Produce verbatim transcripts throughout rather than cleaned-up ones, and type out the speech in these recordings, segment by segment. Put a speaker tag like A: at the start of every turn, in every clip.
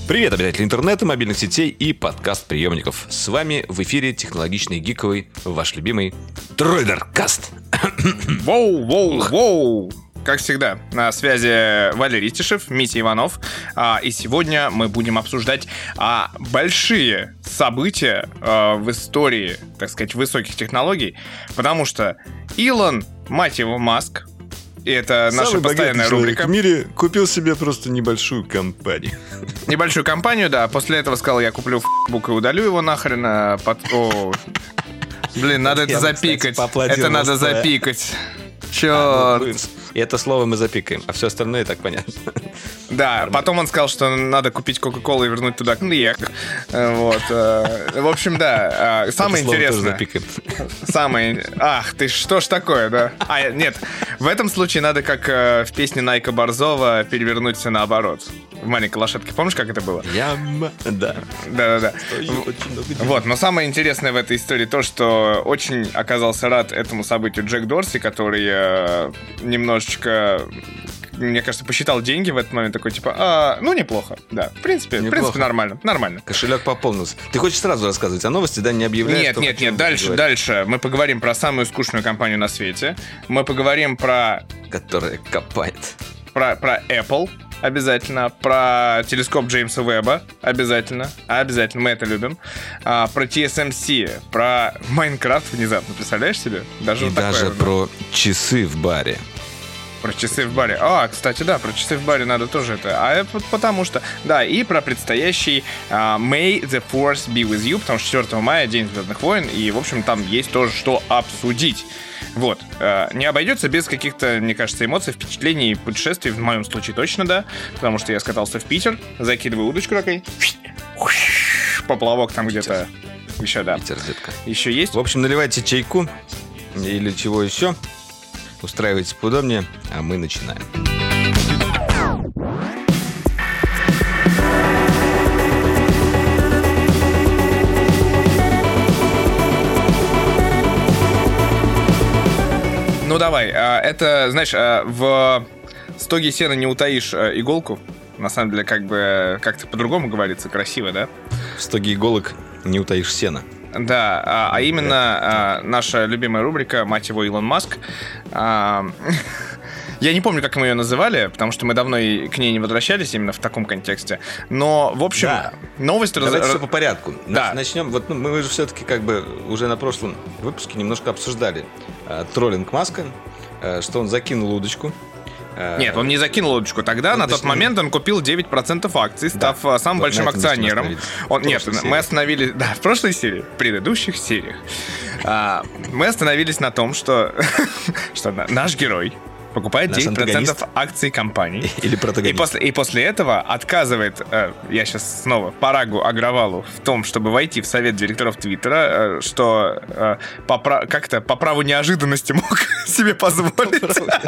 A: Привет, обитатели интернета, мобильных сетей и подкаст-приемников. С вами в эфире технологичный, гиковый, ваш любимый Дроидеркаст.
B: Воу, воу, воу! Как всегда, на связи Валерий Тишев, Митя Иванов. А, и сегодня мы будем обсуждать а, большие события а, в истории, так сказать, высоких технологий. Потому что Илон, мать его, Маск, и это наша
A: Самый
B: постоянная рубрика.
A: в мире купил себе просто небольшую компанию.
B: Небольшую компанию, да. После этого сказал, я куплю фейсбук и удалю его нахрен. А, под... О, блин, надо это запикать. Это надо запикать. Черт.
A: И это слово мы запикаем, а все остальное и так понятно.
B: Да, потом он сказал, что надо купить Кока-Колу и вернуть туда книг. Вот. В общем, да. Самое интересное. Самое... Ах, ты что ж такое, да? А, нет. В этом случае надо, как в песне Найка Борзова, перевернуть все наоборот. В «Маленькой лошадке». Помнишь, как это было?
A: Яма, да.
B: Да-да-да. Вот, но самое интересное в этой истории то, что очень оказался рад этому событию Джек Дорси, который э, немножечко, мне кажется, посчитал деньги в этот момент, такой, типа, а, ну, неплохо, да, в принципе, неплохо. В принципе, нормально, нормально.
A: Кошелек пополнился. Ты хочешь сразу рассказывать о новости, да, не объявляешь?
B: Нет, нет, нет, дальше, дальше мы поговорим про самую скучную компанию на свете, мы поговорим про...
A: Которая копает.
B: Про, про Apple. Обязательно. Про телескоп Джеймса Уэбба. Обязательно. Обязательно. Мы это любим. А, про ти эс эм си. Про Майнкрафт внезапно. Представляешь себе? Даже
A: И
B: вот
A: даже
B: такое,
A: про часы в баре.
B: Про часы в баре. А, кстати, да, про часы в баре надо тоже это. А потому что... Да, и про предстоящий uh, May the Force be with you, потому что четвёртого мая День Звездных войн, и, в общем, там есть тоже что обсудить. Вот. Uh, не обойдется без каких-то, мне кажется, эмоций, впечатлений и путешествий. В моем случае точно, да. Потому что я скатался в Питер, закидываю удочку такой, поплавок там где-то еще, да.
A: Питер, детка.
B: Еще есть.
A: В общем, наливайте чайку или чего еще. Устраивайтесь поудобнее, а мы начинаем.
B: Ну давай, это, знаешь, в стоге сена не утаишь иголку. На самом деле, как бы, как-то по-другому говорится, красиво, да?
A: В стоге иголок не утаишь сена.
B: Да, а, а именно а, наша любимая рубрика, мать его, Илон Маск. А, я не помню, как мы ее называли, потому что мы давно и к ней не возвращались именно в таком контексте. Но, в общем,
A: да.
B: новость...
A: Давайте
B: раз...
A: все по порядку.
B: Да.
A: Начнем. Вот, ну, мы же все-таки как бы уже на прошлом выпуске немножко обсуждали э, троллинг Маска, э, что он закинул удочку.
B: Нет, он не закинул удочку. Тогда, он на тот момент, он купил девять процентов акций, став да. самым вот большим акционером. Он, нет, серии. мы остановились... Да, в прошлой серии, в предыдущих сериях. А, мы остановились на том, что, что наш герой покупает наш девять процентов акций компании.
A: Или протагонист.
B: И после, и после этого отказывает, э, я сейчас снова Парагу Агравалу в том, чтобы войти в совет директоров Твиттера, э, что э, по, как-то по праву неожиданности мог себе позволить...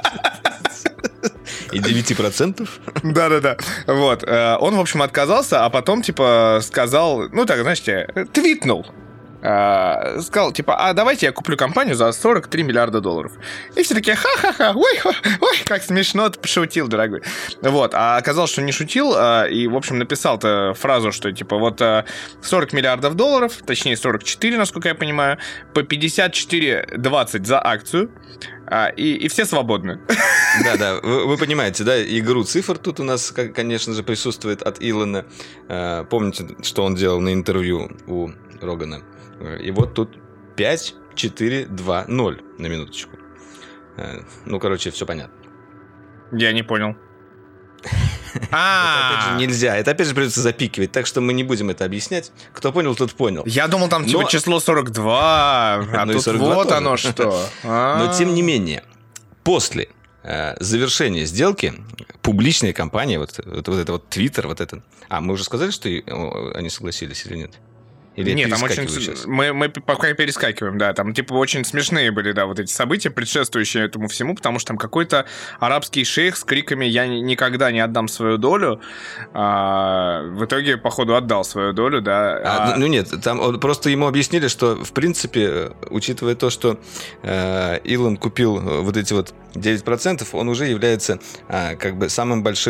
A: И девять процентов?
B: Да-да-да. Вот. Он, в общем, отказался, а потом, типа, сказал... Ну, так, знаете, твитнул. Сказал, типа, а давайте я куплю компанию за сорок три миллиарда долларов. И все такие, ха-ха-ха, ой, ой, как смешно, ты пошутил, дорогой. Вот. А оказалось, что не шутил, и, в общем, написал-то фразу, что, типа, вот сорок миллиардов долларов, точнее, сорок четыре, насколько я понимаю, по пятьдесят четыре двадцать за акцию. А, и, и все свободны.
A: Да-да, вы, вы понимаете, да, игру цифр тут у нас, конечно же, присутствует от Илона. А, помните, что он делал на интервью у Рогана? И вот тут пять, четыре, два, ноль на минуточку. А, ну, короче, все понятно.
B: Я не понял.
A: Это, опять же, нельзя. Это, опять же, придется запикивать. Так что мы не будем это объяснять. Кто понял, тот понял.
B: Я думал, там типа Но... число сорок два. А ну тут сорок два вот тоже. Оно что.
A: Но, тем не менее, после э, завершения сделки публичная компания, вот, вот, вот это вот Twitter, вот это... А, мы уже сказали, что они согласились или нет? Или
B: нет, там очень... Мы, мы пока перескакиваем, да. Там, типа, очень смешные были, да, вот эти события, предшествующие этому всему, потому что там какой-то арабский шейх с криками «Я никогда не отдам свою долю», а, в итоге, походу, отдал свою долю, да.
A: А, а... Ну, нет, там просто ему объяснили, что, в принципе, учитывая то, что э, Илон купил вот эти вот девять процентов, он уже является э, как бы самым большим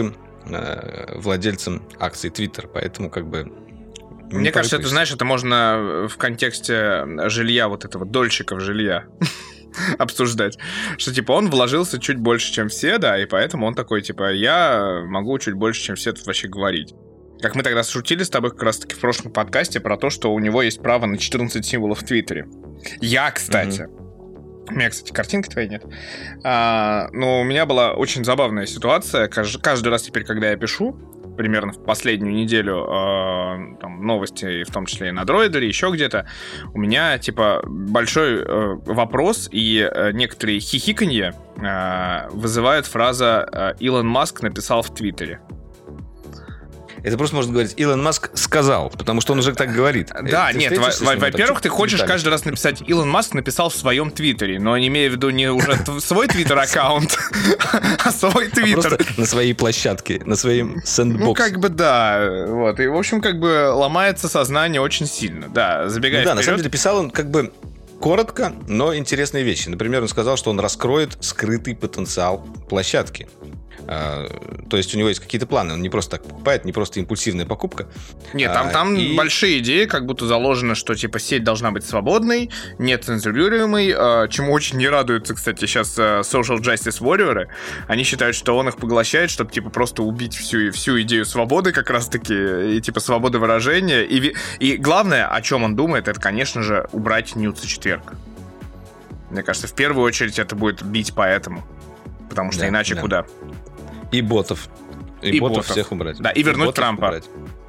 A: э, владельцем акций Twitter, поэтому как бы...
B: Мне кажется, это, знаешь, это можно в контексте жилья, вот этого дольщиков жилья обсуждать, что, типа, он вложился чуть больше, чем все, да, и поэтому он такой, типа, я могу чуть больше, чем все тут вообще говорить. Как мы тогда шутили с тобой как раз-таки в прошлом подкасте про то, что у него есть право на четырнадцать символов в Твиттере. Я, кстати... Mm-hmm. У меня, кстати, картинки твоей нет. А, но у меня была очень забавная ситуация. Каждый, каждый раз теперь, когда я пишу, примерно в последнюю неделю э, там, новости, в том числе и на Дроидере, еще где-то, у меня, типа, большой э, вопрос и э, некоторые хихиканье э, вызывает фраза э, «Илон Маск написал в Твиттере».
A: Это просто можно говорить, Илон Маск сказал, потому что он уже так говорит.
B: Да, ты нет, во- во-первых, ты хочешь детали. Каждый раз написать «Илон Маск написал в своем Твиттере», но не имея в виду не уже свой Твиттер-аккаунт, а свой Твиттер.
A: На своей площадке, на своем сэндбоксе.
B: Ну, как бы, да. Вот. И, в общем, как бы ломается сознание очень сильно. Да, забегая
A: вперед. Да, на самом деле писал он как бы коротко, но интересные вещи. Например, он сказал, что он раскроет скрытый потенциал площадки. То есть у него есть какие-то планы, он не просто так покупает, не просто импульсивная покупка.
B: Нет, там, там
A: и...
B: большие идеи, как будто заложено, что типа сеть должна быть свободной, нецензурируемой, чему очень не радуются, кстати, сейчас Social Justice Warrior. Они считают, что он их поглощает, чтобы типа просто убить всю, всю идею свободы как раз-таки, и типа свободы выражения. И, и главное, о чем он думает, это, конечно же, убрать Ньюс и четверг. Мне кажется, в первую очередь это будет бить по этому. Потому что да, иначе да. куда?
A: И ботов. И, и ботов, ботов всех убрать.
B: Да, и вернуть и Трампа.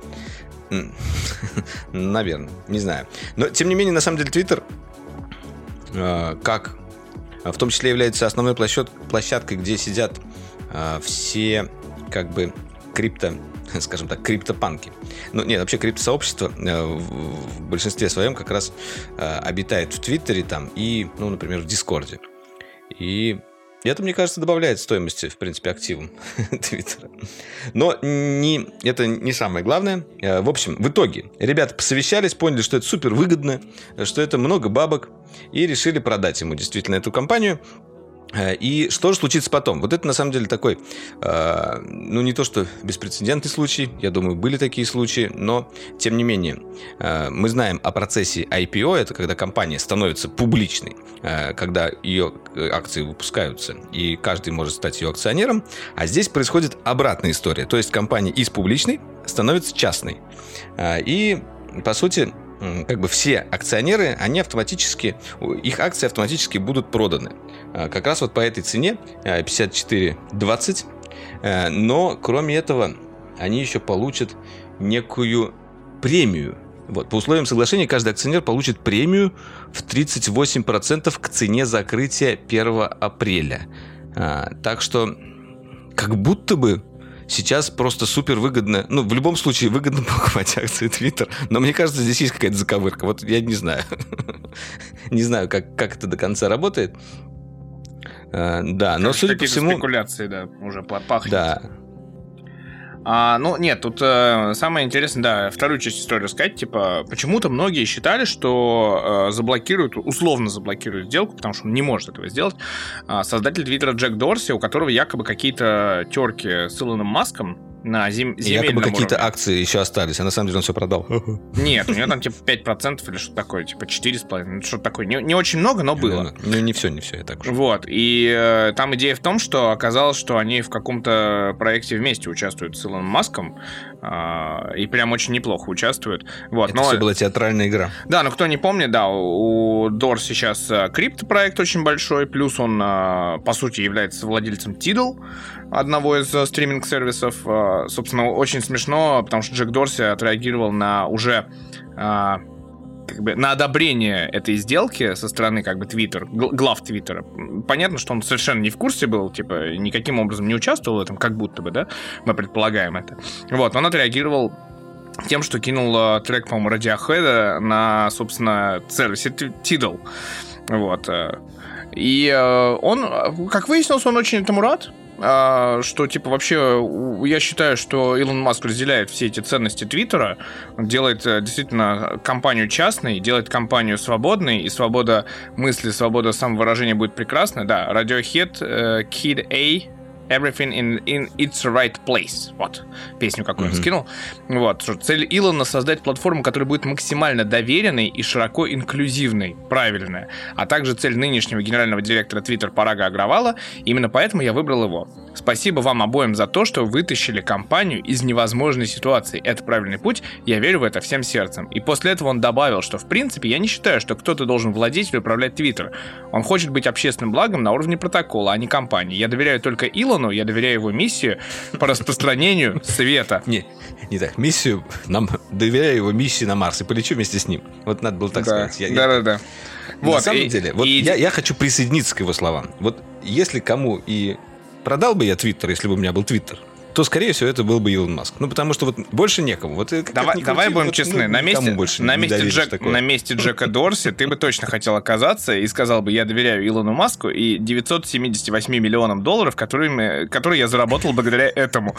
A: Наверное, не знаю. Но, тем не менее, на самом деле, Твиттер, э, как в том числе является основной площад, площадкой, где сидят э, все, как бы, крипто, скажем так, криптопанки. Ну, нет, вообще криптосообщество э, в, в большинстве своем как раз э, обитает в Твиттере там и, ну, например, в Дискорде. И это, мне кажется, добавляет стоимости, в принципе, активам Твиттера. Но не, это не самое главное. В общем, в итоге ребята посовещались, поняли, что это супер выгодно, что это много бабок, и решили продать ему действительно эту компанию. И что же случится потом? Вот это, на самом деле, такой, э, ну, не то что беспрецедентный случай, я думаю, были такие случаи, но, тем не менее, э, мы знаем о процессе ай пи о, это когда компания становится публичной, э, когда ее акции выпускаются, и каждый может стать ее акционером, а здесь происходит обратная история, то есть компания из публичной становится частной. Э, и, по сути, как бы все акционеры, они автоматически, их акции автоматически будут проданы. Как раз вот по этой цене пятьдесят четыре двадцать. Но, кроме этого, они еще получат некую премию. Вот, по условиям соглашения каждый акционер получит премию в тридцать восемь процентов к цене закрытия первого апреля. Так что, как будто бы сейчас просто супер выгодно, ну, в любом случае выгодно покупать акции Twitter, но мне кажется, здесь есть какая-то заковырка. Вот я не знаю. Не знаю, как, как это до конца работает. А, да, но судя по всему...
B: спекуляции, да, уже пахнет.
A: Да.
B: А, ну, нет, тут э, самое интересное, да, вторую часть истории рассказать, типа, почему-то многие считали, что э, заблокируют, условно заблокируют сделку, потому что он не может этого сделать, э, создатель Твиттера Джек Дорси, у которого якобы какие-то терки с Илоном Маском на зем... земельном
A: якобы какие-то
B: уровне.
A: Акции еще остались, а на самом деле он все продал.
B: Нет, у него там типа пять процентов или что-то такое, типа четыре с половиной, что-то такое. Не, не очень много, но было.
A: Ну, не все, не все, я так уж.
B: Вот, и э, там идея в том, что оказалось, что они в каком-то проекте вместе участвуют с Илоном Маском, э, и прям очень неплохо участвуют. Вот,
A: это
B: но...
A: все была театральная игра.
B: Да, но кто не помнит, да, у Дор сейчас криптопроект очень большой, плюс он, э, по сути, является владельцем Tidal, одного из э, стриминг-сервисов. Э, собственно, очень смешно, потому что Джек Дорси отреагировал на уже э, как бы на одобрение этой сделки со стороны как бы Twitter, глав Твиттера. Понятно, что он совершенно не в курсе был, типа, никаким образом не участвовал в этом, как будто бы, да, мы предполагаем это. Вот, он отреагировал тем, что кинул э, трек, по-моему, Radiohead на, собственно, сервисе Tidal. Вот. И э, он, как выяснилось, он очень этому рад. Что, типа, вообще, я считаю, что Илон Маск разделяет все эти ценности Твиттера, делает действительно компанию частной, делает компанию свободной, и свобода мысли, свобода самовыражения будет прекрасна. Да, Radiohead, Kid A, Everything in, in its right place. Вот, песню какую mm-hmm. он скинул. Вот, что цель Илона — создать платформу, которая будет максимально доверенной и широко инклюзивной, правильная. А также цель нынешнего генерального директора Twitter Парага Агравала. Именно поэтому я выбрал его. Спасибо вам обоим за то, что вытащили компанию из невозможной ситуации. Это правильный путь, я верю в это всем сердцем. И после этого он добавил, что в принципе я не считаю, что кто-то должен владеть или управлять Twitter. Он хочет быть общественным благом на уровне протокола, а не компании. Я доверяю только Илону, я доверяю его миссию по распространению света.
A: Не, не так. Миссию, нам доверяю его миссии на Марс и полечу вместе с ним. Вот надо было так
B: да.
A: сказать.
B: Да-да-да.
A: Вот, на самом и, деле, вот и... я, я хочу присоединиться к его словам. Вот если кому и продал бы я Твиттер, если бы у меня был Твиттер, то, скорее всего, это был бы Илон Маск. Ну, потому что вот больше некому. Вот,
B: давай давай крути, будем вот, честны. Ну, на, месте, на, месте Джек, на месте Джека Дорси ты бы точно хотел оказаться и сказал бы, я доверяю Илону Маску и девятьсот семьдесят восемь миллионам долларов, которые, которые я заработал благодаря этому.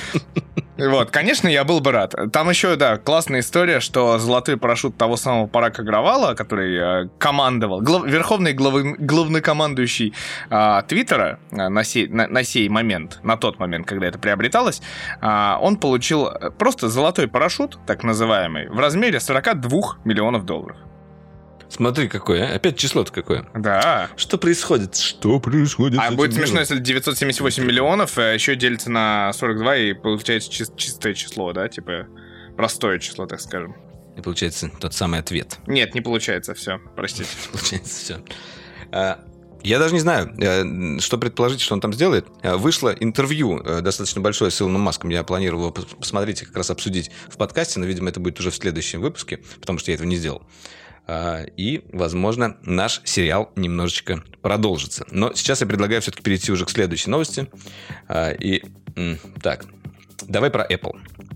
B: Вот, конечно, я был бы рад. Там еще, да, классная история, что золотой парашют того самого Парага Агравала, который э, командовал, глав, верховный глав, главнокомандующий э, Твиттера э, на, сей, на, на сей момент, на тот момент, когда это приобреталось, э, он получил просто золотой парашют, так называемый, в размере сорок два миллионов долларов.
A: Смотри, какое, а? Опять число-то какое.
B: Да.
A: Что происходит? Что происходит?
B: А будет смешно, если девятьсот семьдесят восемь миллионов еще делится на сорок два, и получается чис- чистое число, да? Типа простое число, так скажем.
A: И получается тот самый ответ.
B: Нет, не получается, все, простите.
A: Получается все. А, я даже не знаю, что предположить, что он там сделает. Вышло интервью достаточно большое с Илоном Маском. Я планировал его посмотреть и как раз обсудить в подкасте, но, видимо, это будет уже в следующем выпуске, потому что я этого не сделал. И, возможно, наш сериал немножечко продолжится. Но сейчас я предлагаю все-таки перейти уже к следующей новости. И так, давай про Apple.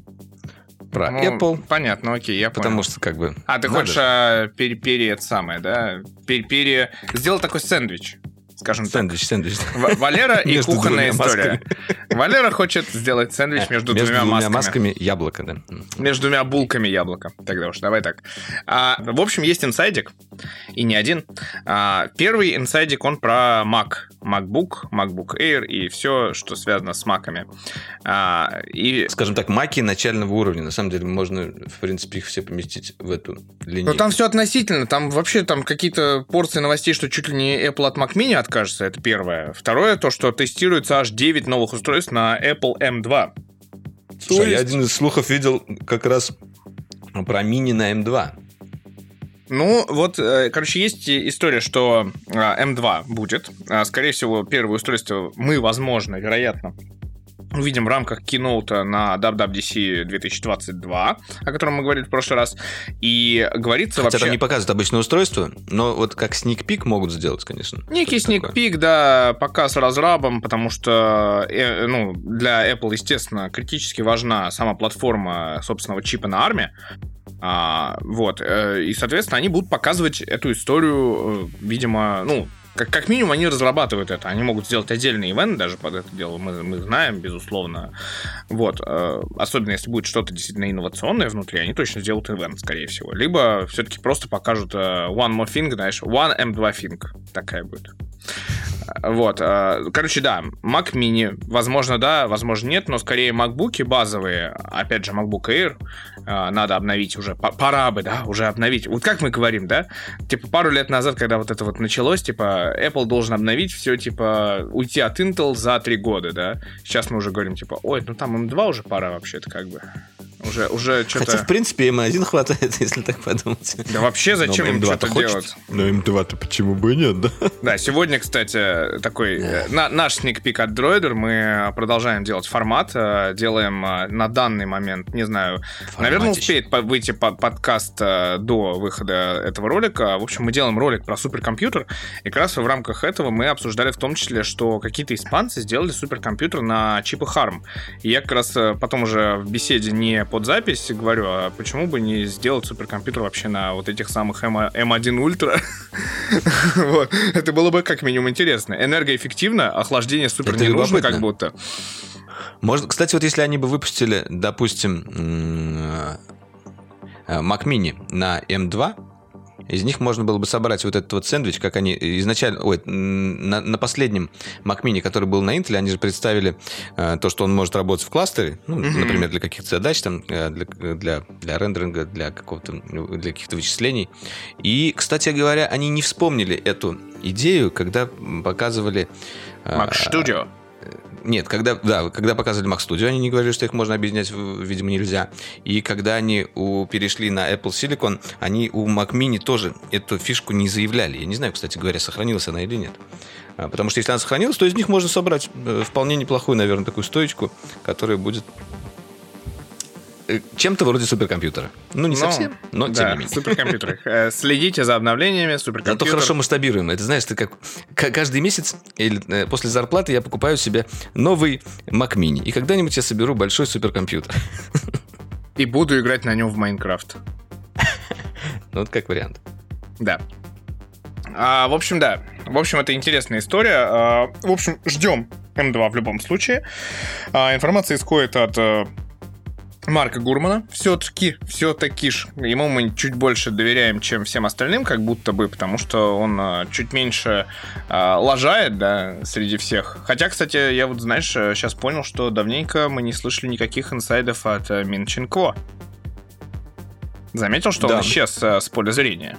A: Про ну, Apple.
B: Понятно, окей, я
A: потому
B: понял.
A: Что как бы...
B: А, ты хочешь а, пере, пере, это самое, да? Пере, пере... Сделал такой сэндвич. Скажем
A: сэндвич,
B: так.
A: сэндвич.
B: Валера и кухонная история. Валера хочет сделать сэндвич между, между двумя, двумя масками.
A: масками яблоко, да.
B: Между двумя булками яблока. Тогда уж, давай так. А, в общем, есть инсайдик, и не один. А, первый инсайдик, он про Mac. MacBook, MacBook Air и все, что связано с маками. А, и... Скажем так, маки начального уровня. На самом деле, можно, в принципе, их все поместить в эту линейку. Ну, там все относительно. Там вообще там какие-то порции новостей, что чуть ли не Apple от Mac Mini откажется. Это первое. Второе, то, что тестируется аж девять новых устройств на Apple эм два.
A: Слушай, есть... я один из слухов видел как раз про мини на эм два.
B: Ну, вот, короче, есть история, что эм два будет. Скорее всего, первое устройство мы, возможно, вероятно, увидим в рамках киноута на дабл ю дабл ю ди си две тысячи двадцать два, о котором мы говорили в прошлый раз. И говорится
A: Хотя
B: вообще...
A: там не показывают обычное устройство, но вот как сник-пик могут сделать, конечно.
B: Некий сник-пик, да, показ разрабом, потому что э, ну, для Apple, естественно, критически важна сама платформа собственного чипа на арме. А, вот, и, соответственно, они будут показывать эту историю, видимо, ну, как, как минимум они разрабатывают это. Они могут сделать отдельный ивент даже под это дело, мы, мы знаем, безусловно. Вот, особенно если будет что-то действительно инновационное внутри, они точно сделают ивент, скорее всего. Либо все-таки просто покажут one more thing, знаешь, one эм два thing. Такая будет. Вот, короче, да, Mac Mini, возможно, да, возможно, нет, но скорее MacBook'и базовые, опять же, MacBook Air надо обновить уже, пора бы, да, уже обновить. Вот как мы говорим, да, типа пару лет назад, когда вот это вот началось, типа Apple должен обновить все, типа уйти от Intel за три года, да. Сейчас мы уже говорим, типа, ой, ну там эм два уже пора вообще-то как бы. Уже, уже что-то...
A: Хотя, в принципе, эм один хватает, если так подумать.
B: Да вообще, зачем им что-то делать?
A: Но эм два-то почему бы и нет, да?
B: Да, сегодня, кстати, такой yeah. на, наш сникпик от Droider. Мы продолжаем делать формат. Делаем на данный момент, не знаю, Форматич. наверное, успеет выйти под подкаст до выхода этого ролика. В общем, мы делаем ролик про суперкомпьютер. И как раз в рамках этого мы обсуждали в том числе, что какие-то испанцы сделали суперкомпьютер на чипах арм. И я как раз потом уже в беседе не под запись говорю, а почему бы не сделать суперкомпьютер вообще на вот этих самых эм один Ultra? Вот. Это было бы как минимум интересно. Энергоэффективно, охлаждение супер не нужно, как будто.
A: Можно, кстати, вот если они бы выпустили, допустим, Mac Mini на эм два, из них можно было бы собрать вот этот вот сэндвич, как они изначально... Ой, на, на последнем Mac Mini, который был на Intel, они же представили э, то, что он может работать в кластере, ну, mm-hmm. например, для каких-то задач, там, для, для, для рендеринга, для, какого-то, для каких-то вычислений. И, кстати говоря, они не вспомнили эту идею, когда показывали... Э,
B: Mac Studio.
A: Нет, когда, да, когда показывали Mac Studio, они не говорили, что их можно объединять, видимо, нельзя. И когда они у, перешли на Apple Silicon, они у Mac Mini тоже эту фишку не заявляли. Я не знаю, кстати говоря, сохранилась она или нет. Потому что если она сохранилась, то из них можно собрать вполне неплохую, наверное, такую стоечку, которая будет чем-то вроде суперкомпьютера. Ну, не но, совсем, но да, тем не менее.
B: Суперкомпьютеры. Следите за обновлениями суперкомпьютера.
A: Зато хорошо масштабируем. Это, знаешь, ты как каждый месяц или после зарплаты я покупаю себе новый Mac Mini. И когда-нибудь я соберу большой суперкомпьютер.
B: И буду играть на нем в Майнкрафт.
A: Ну, вот как вариант.
B: Да. А, в общем, да. В общем, это интересная история. А, в общем, ждем эм два в любом случае. А, информация исходит от... Марка Гурмана. Все-таки, все-таки ж ему мы чуть больше доверяем, чем всем остальным, как будто бы, потому что он а, чуть меньше а, лажает, да, среди всех. Хотя, кстати, я вот, знаешь, сейчас понял, что давненько мы не слышали никаких инсайдов от а, Мин Чен Кво. Заметил, что да. он исчез а, с поля зрения?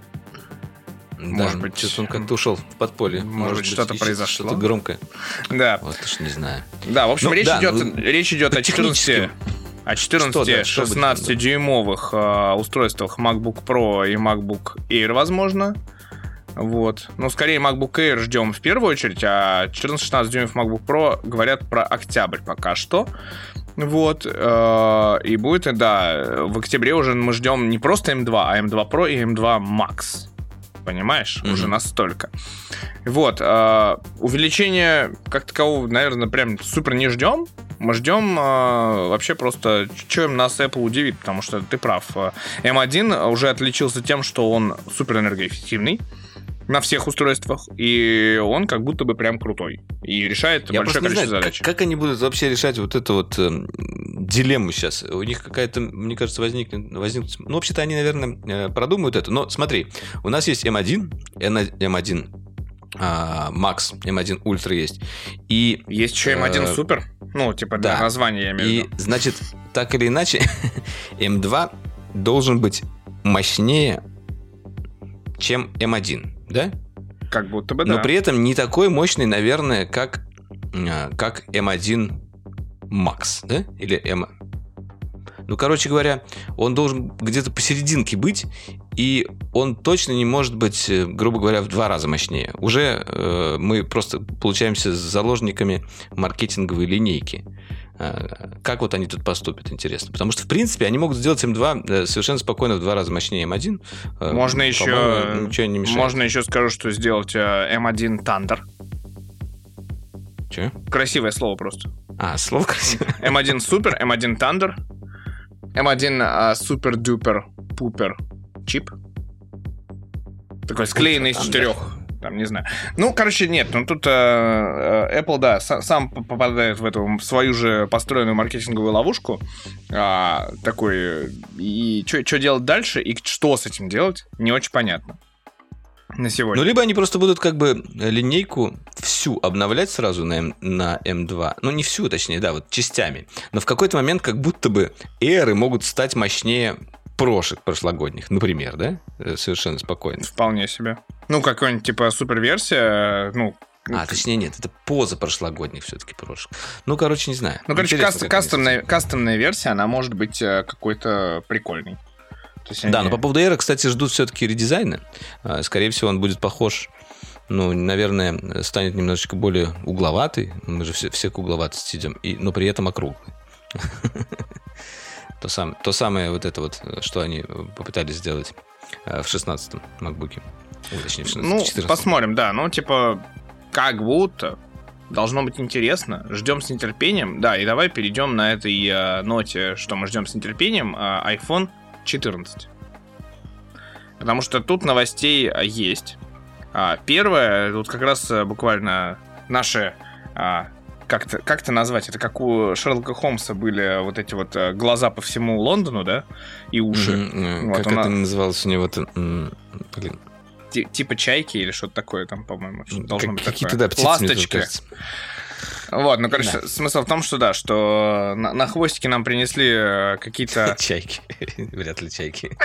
A: Да, может быть, что-то он как-то ушел в подполье.
B: Может, может быть, что-то произошло.
A: Что-то громкое.
B: Да.
A: Вот уж не знаю.
B: Да, в общем, ну, речь, да, идет,
A: ну,
B: речь идет о четырнадцати... О четырнадцати-шестнадцатидюймовых э, устройствах MacBook Pro и MacBook Air, возможно. Вот. Ну, скорее, MacBook Air ждем в первую очередь, а четырнадцать-шестнадцать дюймов MacBook Pro говорят про октябрь пока что. Вот. Э, и будет, да, в октябре уже мы ждем не просто эм два, а эм два Pro и эм два Max. Понимаешь? Mm-hmm. Уже настолько. Вот. Э, увеличение как такового, наверное, прям супер не ждем. Мы ждем э, вообще просто, чем нас Apple удивит, потому что ты прав. эм один уже отличился тем, что он супер энергоэффективный на всех устройствах, и он как будто бы прям крутой. И решает
A: Я
B: большое количество
A: знаю,
B: задач.
A: Как, как они будут вообще решать вот эту вот э, дилемму сейчас? У них какая-то, мне кажется, возникнет... возникнет... Ну, вообще-то они, наверное, продумают это. Но смотри, у нас есть эм один, эм один Max, эм один Ultra есть. И,
B: есть еще эм один Super? Ну, типа для да. названия, я имею в виду.
A: И, значит, так или иначе, эм два должен быть мощнее, чем эм один, да?
B: Как будто бы, да.
A: Но при этом не такой мощный, наверное, как, как эм один Max, да? Или M... Ну, короче говоря, он должен где-то посерединке быть, и он точно не может быть, грубо говоря, в два раза мощнее. Уже э, мы просто получаемся заложниками маркетинговой линейки. Э, как вот они тут поступят, интересно. Потому что, в принципе, они могут сделать эм два совершенно спокойно в два раза мощнее эм один.
B: Э, можно еще, ничего не мешает. Можно еще скажу, что сделать эм один Thunder.
A: Че?
B: Красивое слово просто.
A: А, слово красивое.
B: эм один Super, эм один Thunder. эм один uh, Super Duper Pooper чип. Такой склеенный из четырех. Там, не знаю. Ну, короче, нет. Ну, тут uh, Apple, да, с- сам попадает в эту в свою же построенную маркетинговую ловушку. Uh, такой. И что делать дальше, и что с этим делать, не очень понятно. На сегодня.
A: Ну, либо они просто будут как бы линейку всю обновлять сразу на, M, на эм два. Ну, не всю, точнее, да, вот частями. Но в какой-то момент как будто бы Air могут стать мощнее прошек прошлогодних, например, да? Совершенно спокойно.
B: Вполне себе. Ну, какой-нибудь типа суперверсия, ну...
A: А, точнее, нет, это позапрошлогодних все-таки прошек. Ну, короче, не знаю.
B: Ну, короче, каст- кастомная, кастомная версия, она может быть какой-то прикольной.
A: Да, они... но по поводу Air, кстати, ждут все-таки редизайна. Скорее всего, он будет похож, ну, наверное, станет немножечко более угловатый. Мы же все, все к угловатости идем, и, но при этом округлый. То, сам, то самое вот это вот, что они попытались сделать в шестнадцатом MacBook'е. Точнее, в шестнадцатом.
B: Ну, посмотрим, да. Ну, типа, как будто должно быть интересно. Ждем с нетерпением. Да, и давай перейдем на этой э, ноте, что мы ждем с нетерпением. Э, iPhone четырнадцать. Потому что тут новостей есть. Первое, тут как раз буквально наши Как-то, как это назвать? Это как у Шерлока Холмса были вот эти вот глаза по всему Лондону, да? И уши.
A: Mm-hmm.
B: Вот,
A: как это она... называлось у него? Блин.
B: Т- типа чайки или что-то такое там, по-моему. Должно быть
A: какие-то,
B: такое.
A: Да, птицы.
B: Ласточка. Вот, ну, короче, да. Смысл в том, что да, что на, на хвостике нам принесли какие-то...
A: Чайки. Вряд ли чайки.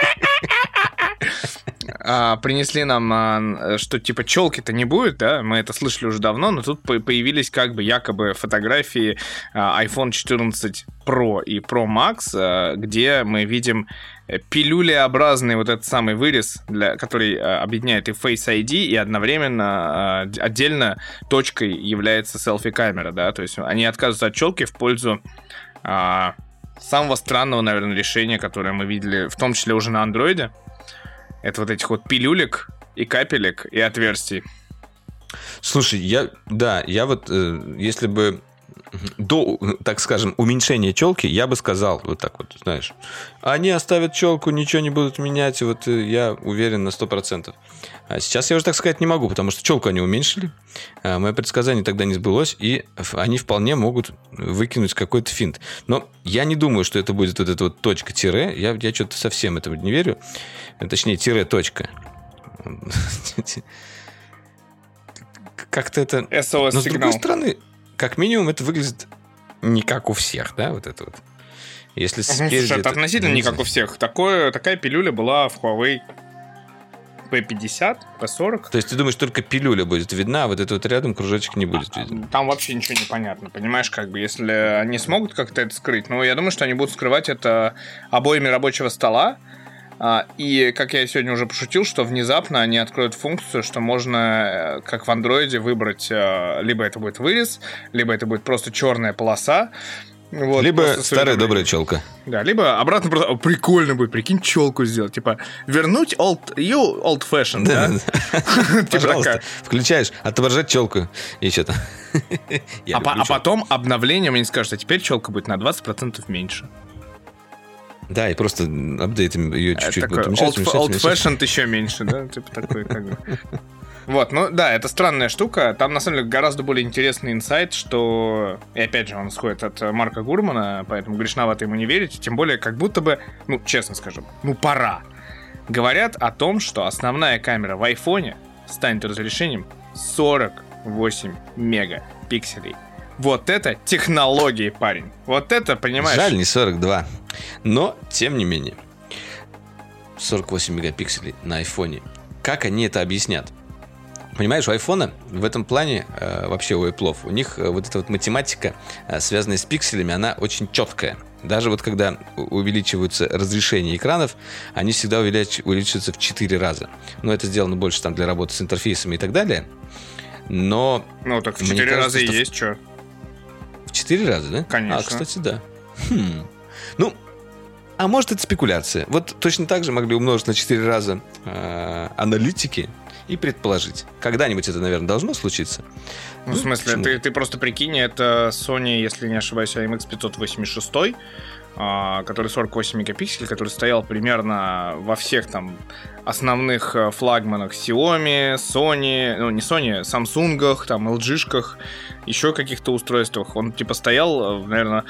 B: А, принесли нам, что типа челки-то не будет, да, мы это слышали уже давно, но тут появились как бы якобы фотографии айфон четырнадцать про и Pro Max, где мы видим пилюлеобразный вот этот самый вырез, для, который объединяет и Face ай ди, и одновременно отдельно точкой является селфи-камера, да, то есть они отказываются от челки в пользу а, самого странного, наверное, решения, которое мы видели, в том числе уже на андроиде. Это вот этих вот пилюлек и капелек и отверстий.
A: Слушай, я, да, я вот, э, если бы до, так скажем, уменьшения челки, я бы сказал, вот так вот, знаешь, они оставят челку, ничего не будут менять, вот я уверен на сто процентов. А сейчас я уже так сказать не могу, потому что челку они уменьшили, а мое предсказание тогда не сбылось, и они вполне могут выкинуть какой-то финт. Но я не думаю, что это будет вот эта вот точка-тире, я, я что-то совсем этого не верю, точнее, тире-точка. Как-то это...
B: эс о эс-сигнал.
A: Но с другой стороны, как минимум, это выглядит не как у всех, да, вот это вот. Если
B: спереди... Слушай, это, это относительно не как у всех. Такое, такая пилюля была в Huawei пи пятьдесят, пи сорок.
A: То есть ты думаешь, только пилюля будет видна, а вот это вот рядом кружочек не будет виден?
B: Там вообще ничего не понятно, понимаешь, как бы, если они смогут как-то это скрыть, ну, я думаю, что они будут скрывать это обоями рабочего стола. И, как я сегодня уже пошутил, что внезапно они откроют функцию, что можно, как в андроиде, выбрать, либо это будет вырез, либо это будет просто черная полоса. Вот,
A: либо старая добрая челка.
B: Да, либо обратно просто... О, прикольно будет, прикинь, челку сделать. Типа, вернуть old, you old fashion, да?
A: Пожалуйста, включаешь, отображать челку и что-то.
B: А потом обновлением они скажут, а теперь челка будет на двадцать процентов меньше.
A: Да, и просто апдейтами ее чуть-чуть будут
B: мешать. Old fashioned еще меньше, да? Типа такой как бы... Вот, ну да, это странная штука. Там, на самом деле, гораздо более интересный инсайт, что... И опять же, он исходит от Марка Гурмана, поэтому грешновато ему не верить. Тем более, как будто бы, ну, честно скажем, ну, пора. Говорят о том, что основная камера в айфоне станет разрешением сорок восемь мегапикселей. Вот это технологии, парень. Вот это, понимаешь...
A: Жаль, не сорок два. Но, тем не менее, сорок восемь мегапикселей на айфоне. Как они это объяснят? Понимаешь, у айфона в этом плане, э, вообще у Apple, у них э, вот эта вот математика, э, связанная с пикселями, она очень четкая. Даже вот когда увеличиваются разрешения экранов, они всегда увелич... увеличиваются в четыре раза. Но это сделано больше там для работы с интерфейсами и так далее. Но...
B: Ну, так в четыре раза и
A: что...
B: есть, что?
A: В четыре раза, да?
B: Конечно.
A: А, кстати, да. Хм. Ну, а может, это спекуляция. Вот точно так же могли умножить на четыре раза э, аналитики и предположить. Когда-нибудь это, наверное, должно случиться.
B: Ну, ну в смысле, ты, ты просто прикинь, это Sony, если не ошибаюсь, эй эм икс пятьсот восемьдесят шесть, а, который сорок восемь мегапикселей, который стоял примерно во всех там основных флагманах Xiaomi, Sony, ну не Sony, Samsung, там эл джи-шках, еще каких-то устройствах. Он типа стоял, наверное,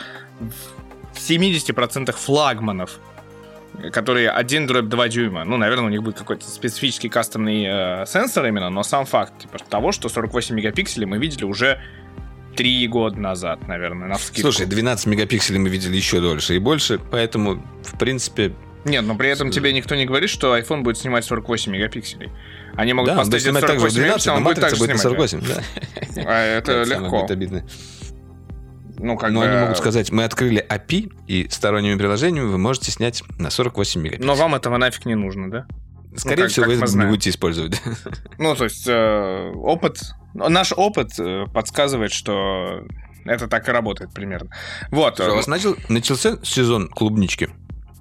B: в семьдесят процентов флагманов, которые один дробь два дюйма. Ну, наверное, у них будет какой-то специфический кастомный э, сенсор именно, но сам факт типа, того, что сорок восемь мегапикселей мы видели уже три года назад, наверное, на вскидку.
A: Слушай, двенадцать мегапикселей мы видели еще дольше и больше, поэтому, в принципе...
B: Нет, но при этом тебе никто не говорит, что iPhone будет снимать сорок восемь мегапикселей. Они могут
A: да,
B: поставить сорок восемь мегапикселей, он будет также снимать.
A: На сорок восемь, да.
B: А это легко.
A: Будет обидно.
B: Ну, как
A: Но
B: бы...
A: они могут сказать, мы открыли эй пи ай, и сторонними приложениями вы можете снять на сорок восемь мегапикселей.
B: Но вам этого нафиг не нужно, да?
A: Скорее
B: ну, как,
A: всего,
B: как
A: вы это не будете использовать.
B: Ну, то есть, э, опыт... Наш опыт э, подсказывает, что это так и работает примерно. Вот.
A: Что, у вас начал, начался сезон клубнички?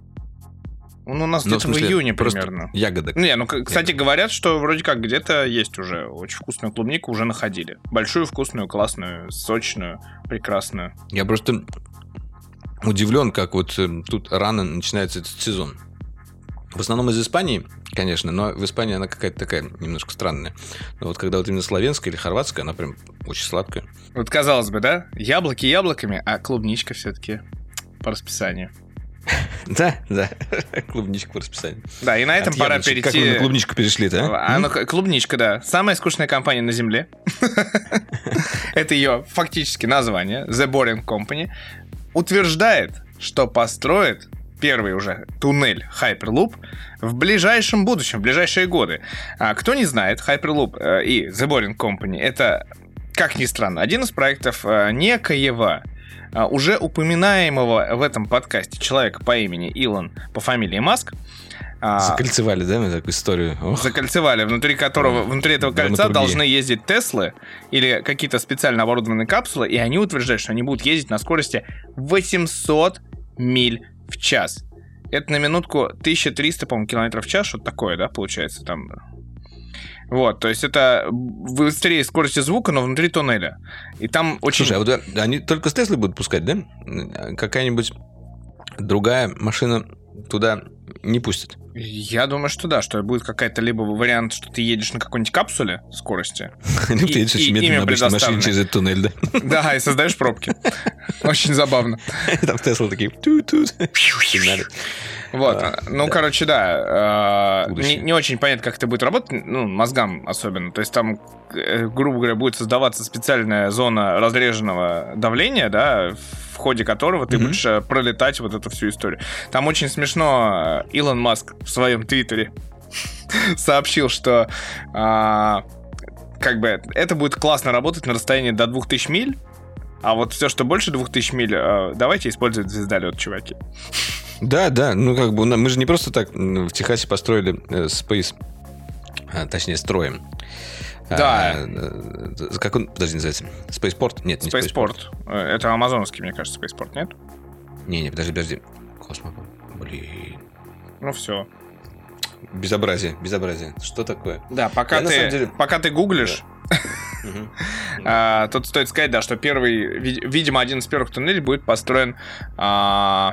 B: Он у нас ну, где-то в, в июне примерно.
A: Ягодок.
B: Не, ну, кстати, говорят, что вроде как где-то есть уже очень вкусную клубнику, уже находили. Большую, вкусную, классную, сочную, прекрасную.
A: Я просто удивлен, как вот э, тут рано начинается этот сезон. В основном из Испании, конечно, но в Испании она какая-то такая немножко странная. Но вот когда вот именно славянская или хорватская, она прям очень сладкая.
B: Вот казалось бы, да? Яблоки яблоками, а клубничка все-таки по расписанию.
A: Да, да, клубничка по расписанию.
B: Да, и на этом
A: От
B: пора
A: яблочек.
B: перейти...
A: Как вы на клубничку перешли-то, а?
B: А, ну, клубничка, да. Самая скучная компания на Земле. Это ее фактически название. The Boring Company. Утверждает, что построит первый уже туннель Hyperloop в ближайшем будущем, в ближайшие годы. А кто не знает, Hyperloop и The Boring Company — это, как ни странно, один из проектов некоего, уже упоминаемого в этом подкасте человека по имени Илон, по фамилии Маск.
A: Закольцевали, да, мы такую историю? Ох.
B: Закольцевали, внутри которого, внутри этого кольца должны ездить Теслы или какие-то специально оборудованные капсулы, и они утверждают, что они будут ездить на скорости восемьсот миль в час. Это на минутку тысяча триста, по-моему, километров в час, что-то такое, да, получается там. Вот, то есть это быстрее скорости звука, но внутри туннеля. И там очень...
A: Слушай, а вот они только с Теслы будут пускать, да? Какая-нибудь другая машина туда не пустит?
B: Я думаю, что да, что будет какая-то либо вариант, что ты едешь на какой-нибудь капсуле скорости.
A: Либо ты едешь очень медленно на обычной машине через этот туннель, да?
B: Да, и создаешь пробки. Очень забавно.
A: Там Тесла такие... тут-тут.
B: Вот, ну, короче, да, не, не очень понятно, как это будет работать, ну, мозгам особенно. То есть там, грубо говоря, будет создаваться специальная зона разреженного давления, да, в ходе которого ты mm-hmm. будешь пролетать вот эту всю историю. Там очень смешно Илон Маск в своем твиттере сообщил, что а, как бы это будет классно работать на расстоянии до двух тысяч миль, а вот все, что больше двух тысяч миль, а, давайте использовать звездолет, чуваки.
A: Да, да, ну как бы мы же не просто так в Техасе построили Space, а, точнее строим.
B: Да.
A: А, как он, подожди, называется? Spaceport? Нет, не
B: Spaceport. Spaceport. Это амазонский, мне кажется, Spaceport, нет?
A: Не, не, подожди, подожди. Космопорт. Блин.
B: Ну все.
A: Безобразие, безобразие. Что такое?
B: Да, пока,
A: Я,
B: ты,
A: деле...
B: пока ты гуглишь, а, тут стоит сказать, да, что первый, видимо, один из первых туннелей будет построен... А,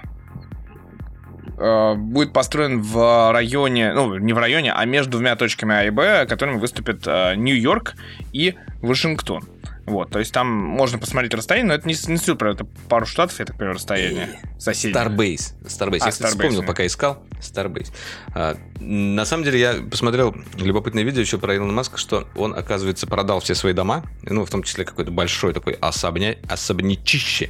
B: будет построен в районе, ну, не в районе, а между двумя точками А и Б, которыми выступят Нью-Йорк и Вашингтон. Вот, то есть там можно посмотреть расстояние, но это не, не супер, это пару штатов, я так понимаю, расстояние соседнее.
A: Starbase. Starbase.
B: А,
A: я, кстати, вспомнил,
B: да.
A: пока искал. Starbase. А, на самом деле, я посмотрел любопытное видео еще про Илона Маска, что он, оказывается, продал все свои дома, ну, в том числе какой-то большой такой особня... особнячище.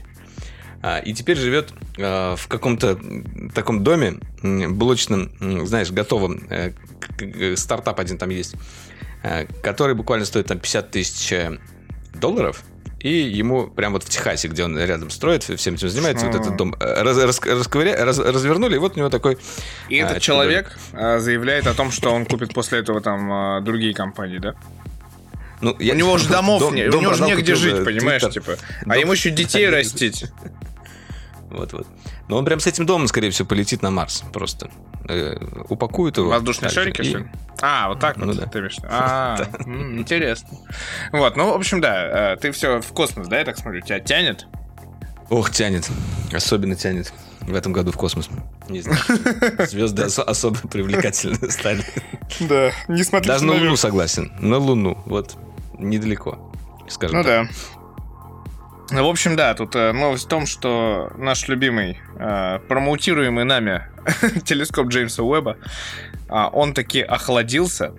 A: И теперь живет э, в каком-то таком доме блочном, знаешь, готовом. Э, стартап один там есть, э, который буквально стоит там пятьдесят тысяч долларов. И ему прям вот в Техасе, где он рядом строит, всем этим занимается, вот этот дом раз, раз, расковыря, раз, развернули, и вот у него такой...
B: И а, этот человек дом. заявляет о том, что он купит после этого там другие компании, да?
A: Ну, я...
B: У него же домов
A: дом,
B: нет,
A: дом
B: у него же негде жить,
A: Twitter.
B: понимаешь, типа. Дом... А ему еще детей растить.
A: Вот-вот. Но он прям с этим домом, скорее всего, полетит на Марс. Просто э, упакуют его.
B: Воздушные шарики, и... что ли? А, вот так
A: ну,
B: вот,
A: да.
B: ты видишь. А, интересно. Вот, ну, в общем, да, ты все в космос, да, я так смотрю, тебя тянет?
A: Ох, тянет. Особенно тянет в этом году в космос. Не знаю. Звезды особо привлекательны стали.
B: Да, не смотрите.
A: Даже на Луну согласен. На Луну, вот, недалеко, скажем так.
B: Ну да. Ну, в общем, да, тут э, новость в том, что наш любимый, э, промоутируемый нами телескоп Джеймса Уэбба, э, он таки охладился,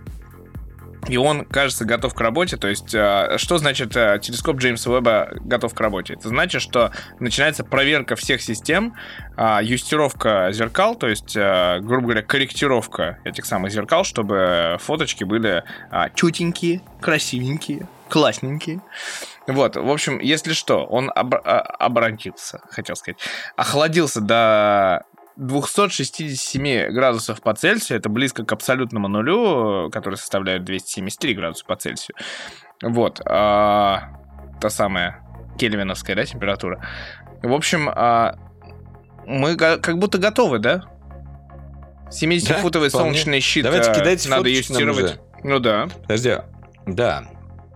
B: и он, кажется, готов к работе. То есть, э, что значит э, телескоп Джеймса Уэбба готов к работе? Это значит, что начинается проверка всех систем, э, юстировка зеркал, то есть, э, грубо говоря, корректировка этих самых зеркал, чтобы фоточки были э, чутенькие, красивенькие, классненькие. Вот, в общем, если что, он об- обратился, хотел сказать, охладился до двести шестьдесят семь градусов по Цельсию, это близко к абсолютному нулю, который составляет двести семьдесят три градуса по Цельсию. Вот, а, та самая кельвиновская, да, температура. В общем, а, мы го- как будто готовы, да? семидесятифутовый да, солнечный щит.
A: Давайте кидайте
B: надо юстировать. Ну да.
A: Подожди, да.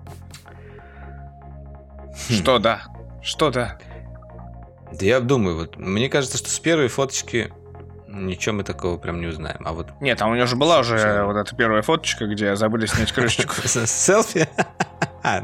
B: Что да? Что да?
A: Да я думаю, вот мне кажется, что с первой фоточки ничего мы такого прям не узнаем. А вот...
B: Нет, там у него же была уже Все. вот эта первая фоточка, где забыли снять крышечку.
A: Селфи? Да,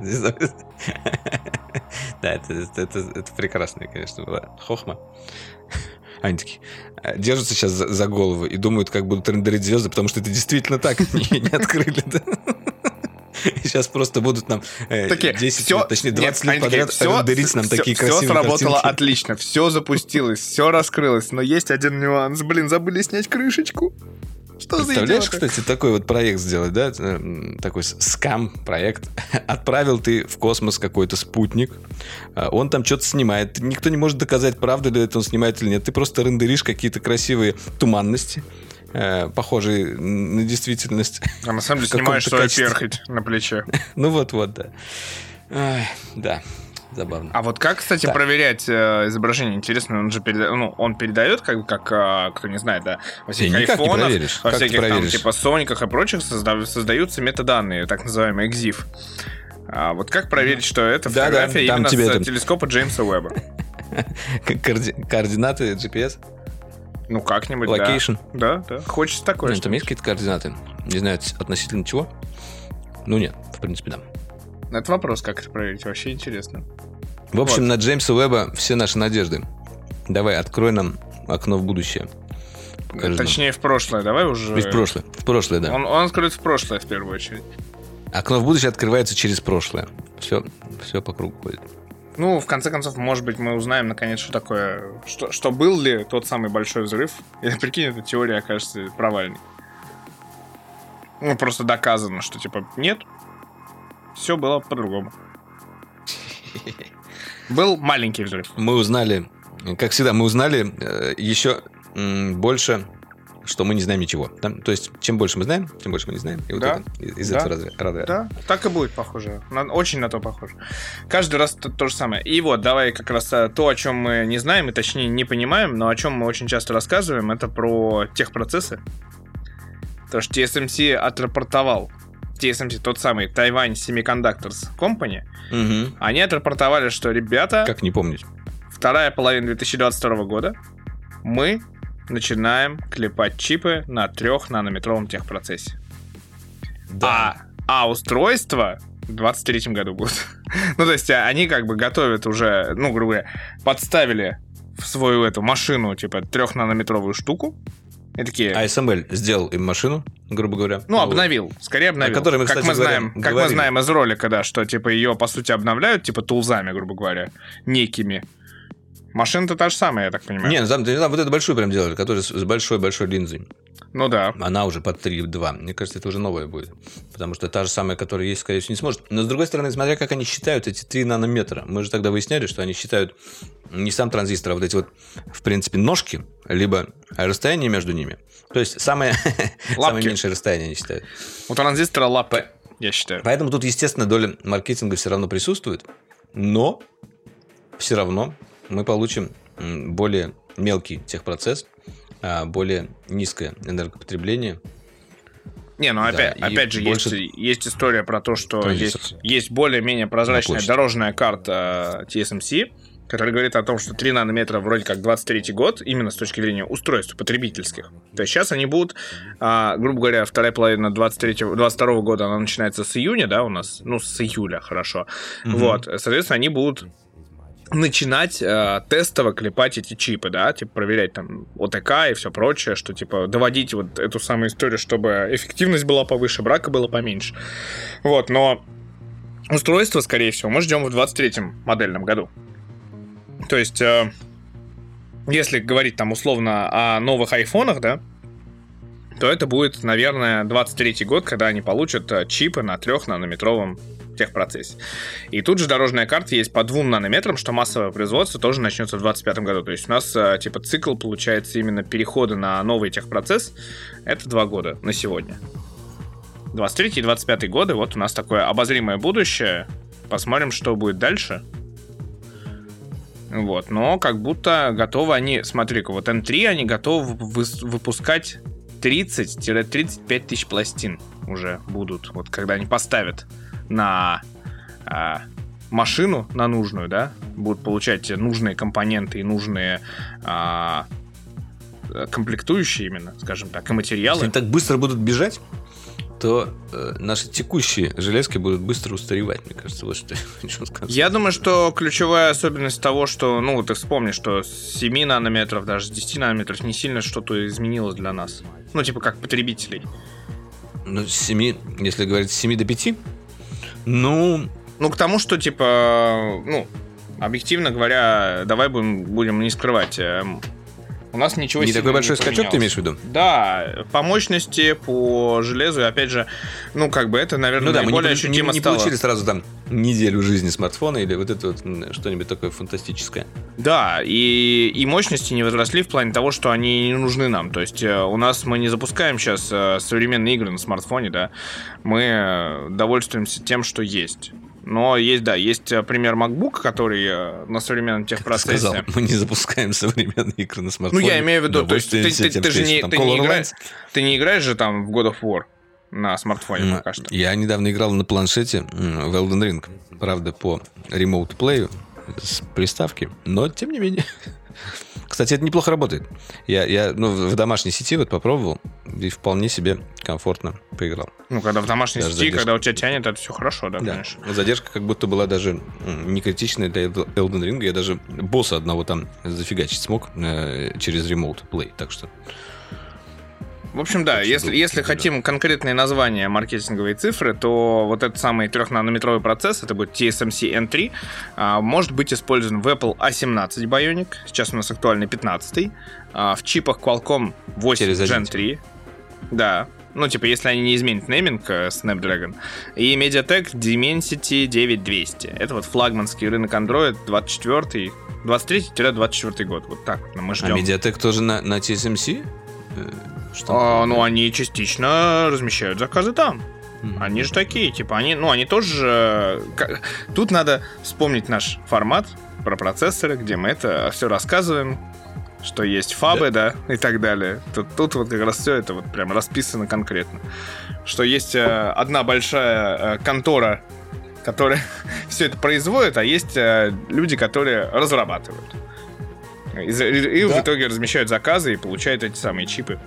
A: это прекрасная, конечно, была хохма. Они такие держатся сейчас за, за голову и думают, как будут рендерить звезды, потому что это действительно так, они не открыли, да? И сейчас просто будут нам э, такие, десять, все, точнее двадцать нет, лет подряд такие, рендерить все, нам все, такие красивые
B: картинки. Все сработало
A: картинки.
B: Отлично, все запустилось, все раскрылось, но есть один нюанс. Блин, забыли снять крышечку. Что
A: Представляешь, кстати, такой вот проект сделать, да? Такой скам-проект. Отправил ты в космос какой-то спутник, он там что-то снимает. Никто не может доказать, правда ли это он снимает или нет. Ты просто рендеришь какие-то красивые туманности, похожие на действительность.
B: А на самом деле снимаешь свою перхоть на плече.
A: Ну вот-вот, да. Да. Забавно.
B: А вот как, кстати, так. проверять э, изображение? Интересно, он же переда... ну, он передает, как, как э, кто не знает, да, во всяких айфонах, во как всяких там, типа, сониках и прочих созда... создаются метаданные, так называемые экзиф. А вот как проверить, что это
A: да,
B: фотография
A: да,
B: именно с
A: там...
B: телескопа Джеймса Уэбба?
A: Координаты джи пи эс?
B: Ну, как-нибудь,
A: Location.
B: да. Да, да. Хочется такое.
A: Нет, там есть какие-то координаты? Не знаю, относительно чего? Ну, нет, в принципе, да.
B: Это вопрос, как это проверить, вообще интересно.
A: В общем, вот. На Джеймса Уэбба все наши надежды. Давай, открой нам окно в будущее.
B: Покажи Точнее, нам. В прошлое, давай уже...
A: В прошлое, в прошлое, да.
B: Он, он откроет в прошлое, в первую очередь.
A: Окно в будущее открывается через прошлое. Все, все по кругу ходит.
B: Ну, в конце концов, может быть, мы узнаем, наконец, что такое... Что, что был ли тот самый большой взрыв. Или, прикинь, эта теория окажется провальной. Ну, просто доказано, что, типа, нет. Все было по-другому. Был маленький взрыв.
A: Мы узнали, как всегда, мы узнали э, еще м, больше, что мы не знаем ничего. Да? То есть, чем больше мы знаем, тем больше мы не знаем. И вот
B: да.
A: это из
B: да.
A: этого разве, разве.
B: Да, так и будет похоже. На, очень на то похоже. Каждый раз то, то же самое. И вот, давай как раз то, о чем мы не знаем, и точнее не понимаем, но о чем мы очень часто рассказываем, это про техпроцессы. Потому что ти эс эм си отрапортовал. ти эс эм си, тот самый Taiwan Semiconductors Company, угу. Они отрапортовали, что, ребята...
A: Как не помнить?
B: Вторая половина две тысячи двадцать второго года мы начинаем клепать чипы на трехнанометровом техпроцессе. Да. А, а устройства в двадцать третьем году будут. Ну, то есть, они как бы готовят уже, ну, грубо говоря, подставили в свою эту машину, типа, трехнанометровую штуку. И такие...
A: А эс эм эль сделал им машину, грубо говоря.
B: Ну, обновил. Скорее обновил.
A: Мы,
B: как,
A: кстати,
B: мы знаем,
A: говоря,
B: как мы знаем из ролика, да, что, типа, ее, по сути, обновляют, типа, тулзами, грубо говоря, некими. Машина-то та же самая, я так понимаю.
A: Не, там, там вот эту большую прям делали, которая с большой-большой линзой.
B: Ну да.
A: Она уже под три два. Мне кажется, это уже новая будет. Потому что та же самая, которая есть, скорее всего, не сможет. Но, с другой стороны, смотря как они считают эти три нанометра. Мы же тогда выясняли, что они считают не сам транзистор, а вот эти вот, в принципе, ножки, либо расстояние между ними. То есть самое, самое меньшее расстояние они считают.
B: У транзистора лапы, я считаю.
A: Поэтому тут, естественно, доля маркетинга все равно присутствует. Но все равно мы получим более мелкий техпроцесс, более низкое энергопотребление.
B: Не, ну опять, да, опять же, есть, есть история про то, что есть, есть более-менее прозрачная дорожная карта ти эс эм си, которая говорит о том, что три нанометра вроде как двадцать третий год, именно с точки зрения устройств потребительских. То есть сейчас они будут, а, грубо говоря, вторая половина двадцать третьего, двадцать второго года, она начинается с июня, да, у нас, ну, с июля, хорошо. Mm-hmm. Вот, соответственно, они будут начинать э, тестово клепать эти чипы, да, типа проверять там о тэ ка и все прочее, что типа доводить вот эту самую историю, чтобы эффективность была повыше, брака было поменьше. Вот, но устройство, скорее всего, мы ждем в двадцать третьем модельном году. То есть, э, если говорить там условно о новых айфонах, да, то это будет, наверное, двадцать третий год, когда они получат чипы на трехнанометровом техпроцессе. И тут же дорожная карта есть по двум нанометрам, что массовое производство тоже начнется в двадцать пятом году. То есть у нас типа цикл получается именно перехода на новый техпроцесс. Это два года на сегодня. двадцать третий и двадцать пятый годы. Вот у нас такое обозримое будущее. Посмотрим, что будет дальше. Вот. Но как будто готовы они... Смотри-ка, вот эм три они готовы выпускать тридцать-тридцать пять тысяч пластин уже будут. Вот когда они поставят на а, машину, на нужную, да, будут получать нужные компоненты и нужные а, комплектующие именно, скажем так, и материалы.
A: Если они так быстро будут бежать, то э, наши текущие железки будут быстро устаревать, мне кажется, вот что я хочу сказать.
B: Я думаю, что ключевая особенность того, что, ну, ты вспомни, что с семи нанометров, даже с десяти нанометров не сильно что-то изменилось для нас. Ну, типа, как потребителей.
A: Ну, с семи, если говорить с семи до пяти, ну...
B: Ну, к тому, что, типа, ну, объективно говоря, давай будем, будем не скрывать... У нас ничего
A: не такой большой
B: не
A: скачок, ты имеешь в виду?
B: Да, по мощности, по железу, и опять же, ну, как бы это, наверное,
A: ну, да,
B: наиболее
A: мы не,
B: ощутимо
A: не, не
B: стало.
A: получили сразу там неделю жизни смартфона или вот это вот что-нибудь такое фантастическое.
B: Да, и, и мощности не возросли в плане того, что они не нужны нам. То есть у нас мы не запускаем сейчас современные игры на смартфоне, да, мы довольствуемся тем, что есть. Но есть, да, есть пример MacBook, который на современном техпроцессе...
A: Сказал, мы не запускаем современные игры на смартфоне.
B: Ну, я имею в виду, то есть ты, ты, ты, ты же не, ты не, играешь, ты не играешь же там в God of War на смартфоне mm, пока что.
A: Я недавно играл на планшете в Elden Ring. Правда, по Remote Play с приставки, но тем не менее... Кстати, это неплохо работает. Я, я ну, в домашней сети вот попробовал и вполне себе комфортно поиграл.
B: Ну, когда в домашней даже сети, задержка. Когда у тебя тянет, это все хорошо, да,
A: да,
B: конечно.
A: Задержка как будто была даже не критичная для Elden Ring. Я даже босса одного там зафигачить смог э, через Remote Play, так что...
B: В общем, да, если, если хотим конкретные названия, маркетинговые цифры, то вот этот самый трехнанометровый процесс, это будет ти эс эм си эн три, может быть использован в Apple эй семнадцать Bionic, сейчас у нас актуальный пятнадцатый, в чипах Qualcomm восемь джен три, да, ну типа если они не изменят нейминг Snapdragon, и MediaTek Dimensity девять двести, это вот флагманский рынок Android двадцать четвёртый, двадцать третий - двадцать четвёртый год, вот так вот мы ждем.
A: А MediaTek тоже на, на ти эс эм си?
B: Что? А, ну, они частично размещают заказы там. Mm-hmm. Они же такие, типа, они, ну, они тоже... Тут надо вспомнить наш формат про процессоры, где мы это все рассказываем, что есть фабы, да, да и так далее. Тут, тут вот как раз все это вот прям расписано конкретно. Что есть э, одна большая э, контора, которая все это производит, а есть э, люди, которые разрабатывают. И, и да. в итоге размещают заказы и получают эти самые чипы.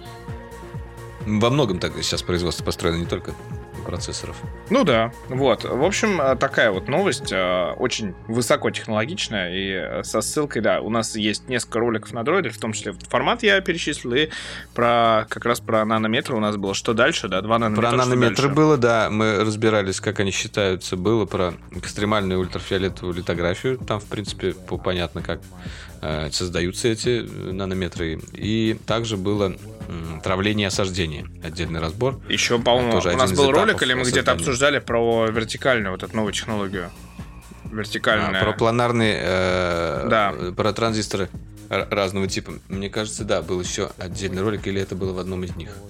A: Во многом так сейчас производство построено, не только процессоров.
B: Ну да, вот. В общем, такая вот новость, очень высокотехнологичная и со ссылкой, да, у нас есть несколько роликов на дроиде, в том числе формат я перечислил, и про как раз про нанометры у нас было. Что дальше, да, два нанометра.
A: Про нанометры было, да, мы разбирались, как они считаются, было про экстремальную ультрафиолетовую литографию, там, в принципе, понятно, как э, создаются эти нанометры, и также было м, травление и осаждение, отдельный разбор.
B: Еще, по-моему, у нас был ролик, или мы где-то обсуждали про вертикальную вот эту новую технологию. Вертикальная.
A: А, про планарные, э,
B: да.
A: про транзисторы разного типа. Мне кажется, да, был еще отдельный ролик, или это было в одном из них.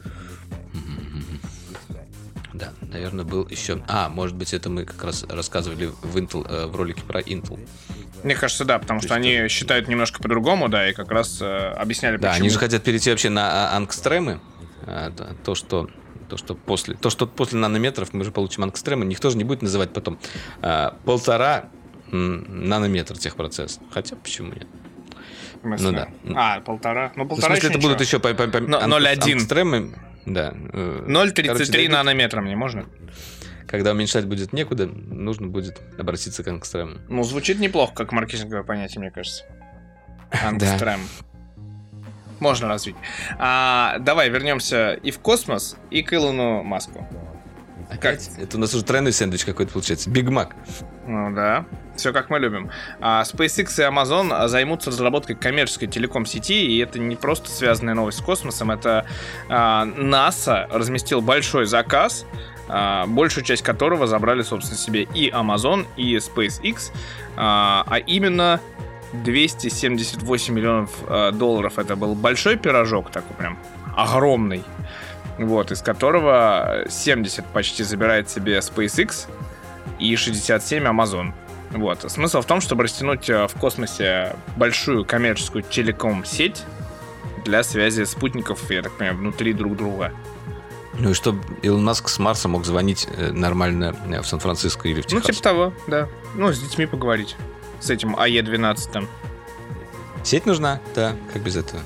A: Да, наверное, был еще... А, может быть, это мы как раз рассказывали в, Intel, в ролике про Intel.
B: Мне кажется, да, потому что они считают немножко по-другому, да, и как раз э, объясняли,
A: да,
B: почему.
A: они же хотят перейти вообще на ангстремы. То, что... То что, после, то, что после нанометров мы же получим ангстремы, никто же не будет называть потом а, полтора нанометра техпроцесс. Хотя, почему нет?
B: Ну да. А, полтора. Ну, полтора.
A: В смысле, это
B: ничего.
A: будут еще по, по, по,
B: ноль целых одна
A: ангстремы. Да.
B: ноль целых тридцать три нанометра мне можно?
A: Когда уменьшать будет некуда, нужно будет обратиться к ангстремам.
B: Ну, звучит неплохо, как маркетинговое понятие, мне кажется. Ангстрем. Можно развить. А, давай вернемся и в космос, и к Илону Маску.
A: Опять? Как? Это у нас уже тройной сэндвич какой-то получается. Биг Мак. Ну
B: да. Все как мы любим. А SpaceX и Amazon займутся разработкой коммерческой телеком-сети, и это не просто связанная новость с космосом. Это а, НАСА разместил большой заказ, а, большую часть которого забрали, собственно, себе и Amazon, и SpaceX, а, а именно двести семьдесят восемь миллионов э, долларов. Это был большой пирожок, такой прям огромный, вот, из которого семьдесят почти забирает себе SpaceX и шестьдесят семь Amazon. Вот. Смысл в том, чтобы растянуть в космосе большую коммерческую телеком-сеть для связи спутников, я так понимаю, внутри друг друга.
A: Ну и чтобы Илон Маск с Марса мог звонить нормально в Сан-Франциско или в Техас.
B: Ну, типа того, да. Ну, с детьми поговорить. С этим эй двенадцать там.
A: Сеть нужна, да, как без этого.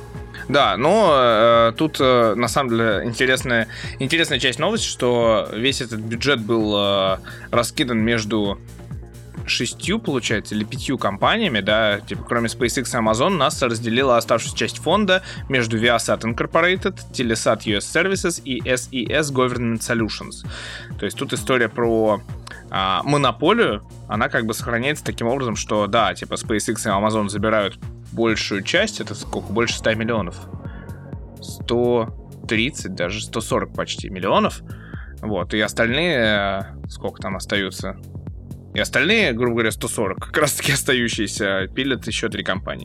B: Да, но э, тут э, на самом деле интересная, интересная часть новости, что весь этот бюджет был э, раскидан между шестью, получается, или пятью компаниями, да, типа, кроме SpaceX и Amazon, NASA разделила оставшуюся часть фонда между Viasat Incorporated, Telesat ю эс Services и эс и эс Government Solutions. То есть тут история про а, монополию, она как бы сохраняется таким образом, что, да, типа, SpaceX и Amazon забирают большую часть, это сколько? Больше ста миллионов. сто тридцать, даже сто сорок почти миллионов. Вот, и остальные, сколько там остаются? И остальные, грубо говоря, сто сорок, как раз-таки остающиеся, пилят еще три компании.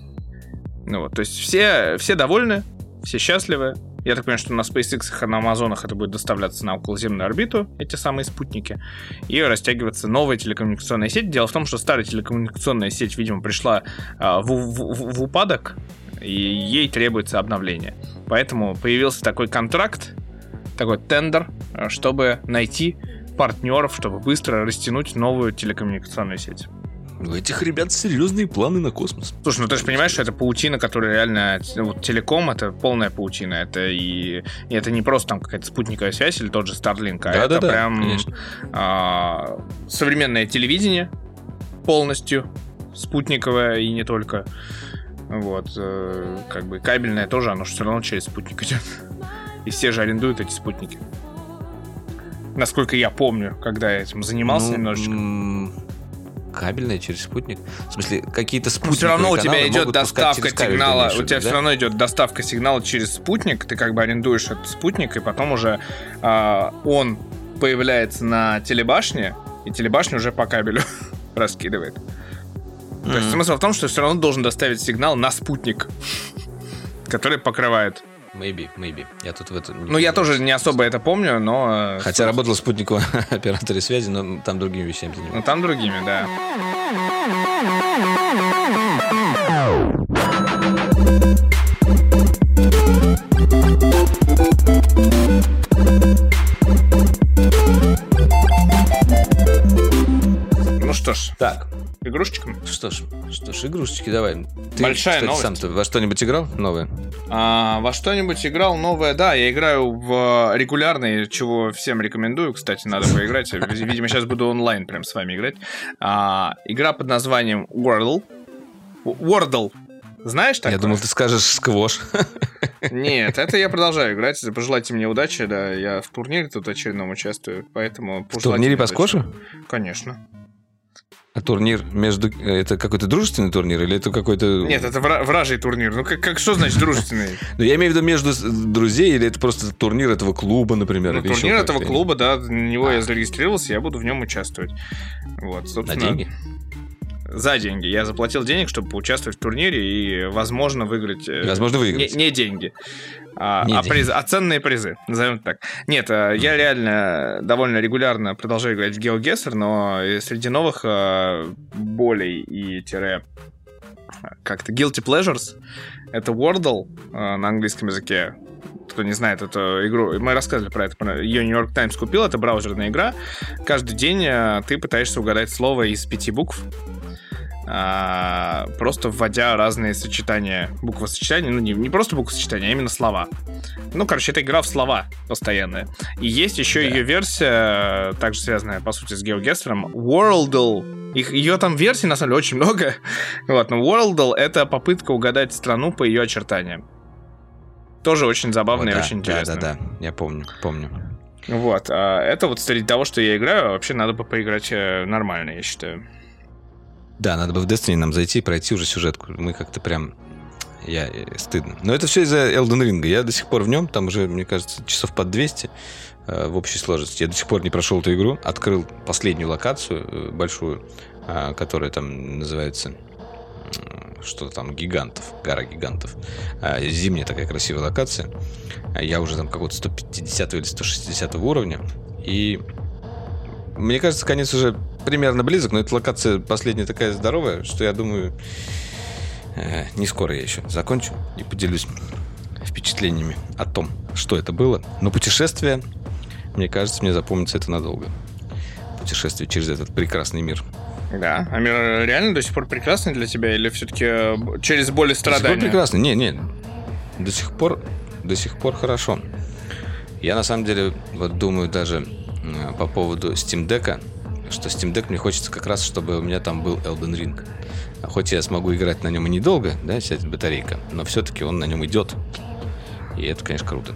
B: Ну вот, то есть все, все довольны, все счастливы. Я так понимаю, что на SpaceX и на Амазонах это будет доставляться на околоземную орбиту, эти самые спутники, и растягиваться новая телекоммуникационная сеть. Дело в том, что старая телекоммуникационная сеть, видимо, пришла а, в, в, в, в упадок, и ей требуется обновление. Поэтому появился такой контракт, такой тендер, чтобы найти партнеров, чтобы быстро растянуть новую телекоммуникационную сеть.
A: У этих ребят серьезные планы на космос.
B: Слушай, ну ты же понимаешь, что это паутина, которая реально... Вот телеком — это полная паутина. Это и, и это не просто там какая-то спутниковая связь или тот же Starlink, а да, это да, прям а, современное телевидение полностью спутниковое и не только. Вот. Как бы кабельное тоже, оно же все равно через спутник идет. И все же арендуют эти спутники. Насколько я помню, когда я этим занимался ну, немножечко. М-
A: кабельная через спутник? В смысле, какие-то спутники.
B: Все равно у тебя идет доставка сигнала. У тебя
A: да?
B: все равно идет доставка сигнала через спутник. Ты как бы арендуешь этот спутник, и потом уже э, он появляется на телебашне, и телебашня уже по кабелю раскидывает. Mm-hmm. То есть смысл в том, что все равно должен доставить сигнал на спутник, который покрывает.
A: Maybe, maybe. Я тут в это...
B: Ну, я тоже не особо это помню, но...
A: Хотя работал в спутниковом операторе связи, но там другими вещами занимался.
B: Ну, там другими, да. Ну что ж.
A: Так.
B: Игрушечкам?
A: Что ж, что ж, игрушечки давай. Ты,
B: Большая
A: кстати,
B: новость.
A: сам-то во что-нибудь играл новое?
B: А, во что-нибудь играл новое, да. Я играю в регулярный, чего всем рекомендую. Кстати, надо поиграть. Видимо, сейчас буду онлайн прям с вами играть. А, игра под названием Wordle. Wordle. Знаешь такое?
A: Я думал, ты скажешь сквош.
B: Нет, это я продолжаю играть. Пожелайте мне удачи, да. Я в турнире тут очередном участвую, поэтому...
A: В турнире по сквошу?
B: Конечно.
A: А турнир между... Это какой-то дружественный турнир или это какой-то...
B: Нет, это вра- вражий турнир. Ну, как, как что значит дружественный?
A: Ну, я имею в виду между друзей или это просто турнир этого клуба, например?
B: Ну, турнир этого клуба, да. На него я зарегистрировался, я буду в нем участвовать. Вот, собственно...
A: На деньги?
B: За деньги. Я заплатил денег, чтобы поучаствовать в турнире и, возможно, выиграть...
A: Возможно, выиграть.
B: Не, не деньги. А,
A: не
B: а,
A: деньги.
B: Приз, а ценные призы, назовем так. Нет, я реально довольно регулярно продолжаю играть в GeoGuessr, но среди новых болей и тире как-то guilty pleasures это Wordle на английском языке. Кто не знает эту игру, мы рассказывали про это. Ее New York Times купил, это браузерная игра. Каждый день ты пытаешься угадать слово из пяти букв. А, просто вводя разные сочетания, буквосочетания, ну не, не просто буквосочетания, а именно слова. Ну, короче, это игра в слова постоянная. И есть еще да. ее версия, также связанная, по сути, с GeoGuessr, Worldle. Их, ее там версий, на самом деле, очень много. Вот, но Worldle — это попытка угадать страну по ее очертаниям. Тоже очень забавно и
A: да,
B: очень интересно.
A: Да, да, да, я помню, помню.
B: Вот, а это вот среди того, что я играю, вообще надо бы поиграть нормально, я считаю.
A: Да, надо бы в Destiny нам зайти и пройти уже сюжетку. Мы как-то прям... Я... Стыдно. Но это все из-за Elden Ring. Я до сих пор в нем. Там уже, мне кажется, часов под двести э, в общей сложности. Я до сих пор не прошел эту игру. Открыл последнюю локацию э, большую, э, которая там называется... Э, что-то там гигантов. Гора гигантов. Э, зимняя такая красивая локация. Я уже там какого-то сто пятидесятого или сто шестидесятого уровня. И... Мне кажется, конец уже примерно близок, но эта локация последняя такая здоровая, что я думаю, э, не скоро я еще закончу и поделюсь впечатлениями о том, что это было. Но путешествие, мне кажется, мне запомнится это надолго. Путешествие через этот прекрасный мир.
B: Да, а мир реально до сих пор прекрасный для тебя или все-таки через боль и страдания?
A: До сих пор прекрасный, не, не. до сих пор, до сих пор хорошо. Я на самом деле вот думаю даже э, по поводу Steam Deck'а, что Steam Deck мне хочется как раз, чтобы у меня там был Elden Ring. Хоть я смогу играть на нем и недолго, да, сядет батарейка, но все-таки он на нем идет. И это, конечно, круто.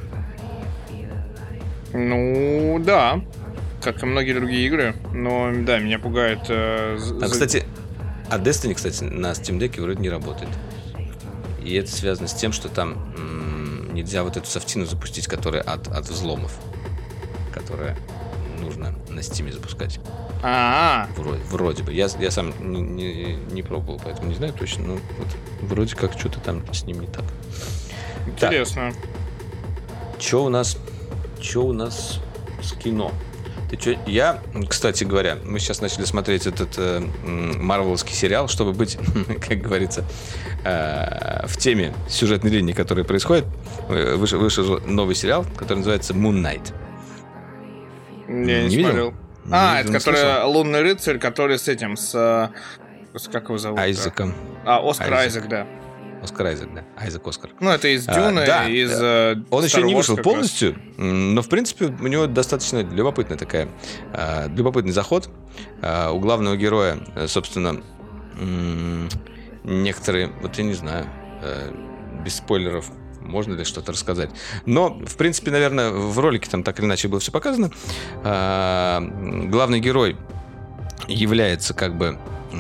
B: Ну, да. Как и многие другие игры. Но, да, меня пугает... Э,
A: а, кстати, а Destiny, кстати, на Steam Deck'е вроде не работает. И это связано с тем, что там м- нельзя вот эту софтину запустить, которая от, от взломов. Которая нужно на Steam запускать.
B: А-а-а.
A: Вроде, вроде бы. Я, я сам не, не, не пробовал, поэтому не знаю точно. Но вот вроде как что-то там с ним не так.
B: Интересно.
A: Что у нас? Что у нас с кино? Ты чё? Я, кстати говоря, мы сейчас начали смотреть этот э, марвеловский сериал, чтобы быть, как говорится, э, в теме сюжетной линии, которая происходит. Вышел, вышел новый сериал, который называется Moon Knight.
B: Я не, не смотрел. Видел? А, не это который слышал? Лунный рыцарь, который с этим, с, с как его зовут?
A: Айзеком.
B: А, Оскар Айзек, Айзек да.
A: Оскар Айзек, да. Айзек Оскар.
B: Ну, это из Дюны, а, да, из
A: да.
B: Uh,
A: Он
B: Star
A: еще не
B: Wars
A: вышел полностью,
B: раз.
A: Но, в принципе, у него достаточно любопытная такая, uh, любопытный заход. Uh, у главного героя, собственно, um, некоторые, вот я не знаю, uh, без спойлеров, можно ли что-то рассказать. Но, в принципе, наверное, в ролике там так или иначе было все показано. Uh, главный герой является как бы...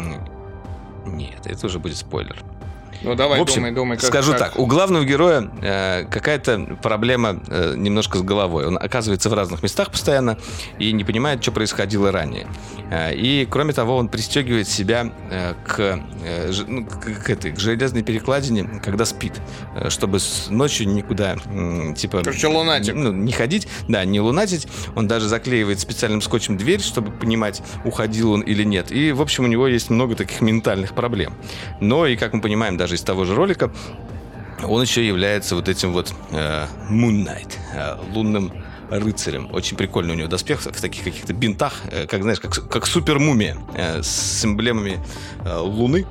A: Нет, это уже будет спойлер.
B: Ну давай,
A: в общем,
B: думай, думай. Как,
A: скажу
B: как...
A: так, у главного героя э, какая-то проблема э, немножко с головой. Он оказывается в разных местах постоянно и не понимает, что происходило ранее. Э, и, кроме того, он пристегивает себя э, к, э, ж, ну, к, к этой к железной перекладине, когда спит, э, чтобы с, ночью никуда э, типа
B: Короче, лунатик.
A: Не, ну, не ходить, да, не лунатить. Он даже заклеивает специальным скотчем дверь, чтобы понимать, уходил он или нет. И, в общем, у него есть много таких ментальных проблем. Но и, как мы понимаем, даже из того же ролика, он еще является вот этим вот э, Moon Knight, э, лунным рыцарем. Очень прикольный у него доспех в таких каких-то бинтах, э, как, знаешь, как, как супер-мумия э, с эмблемами э, луны.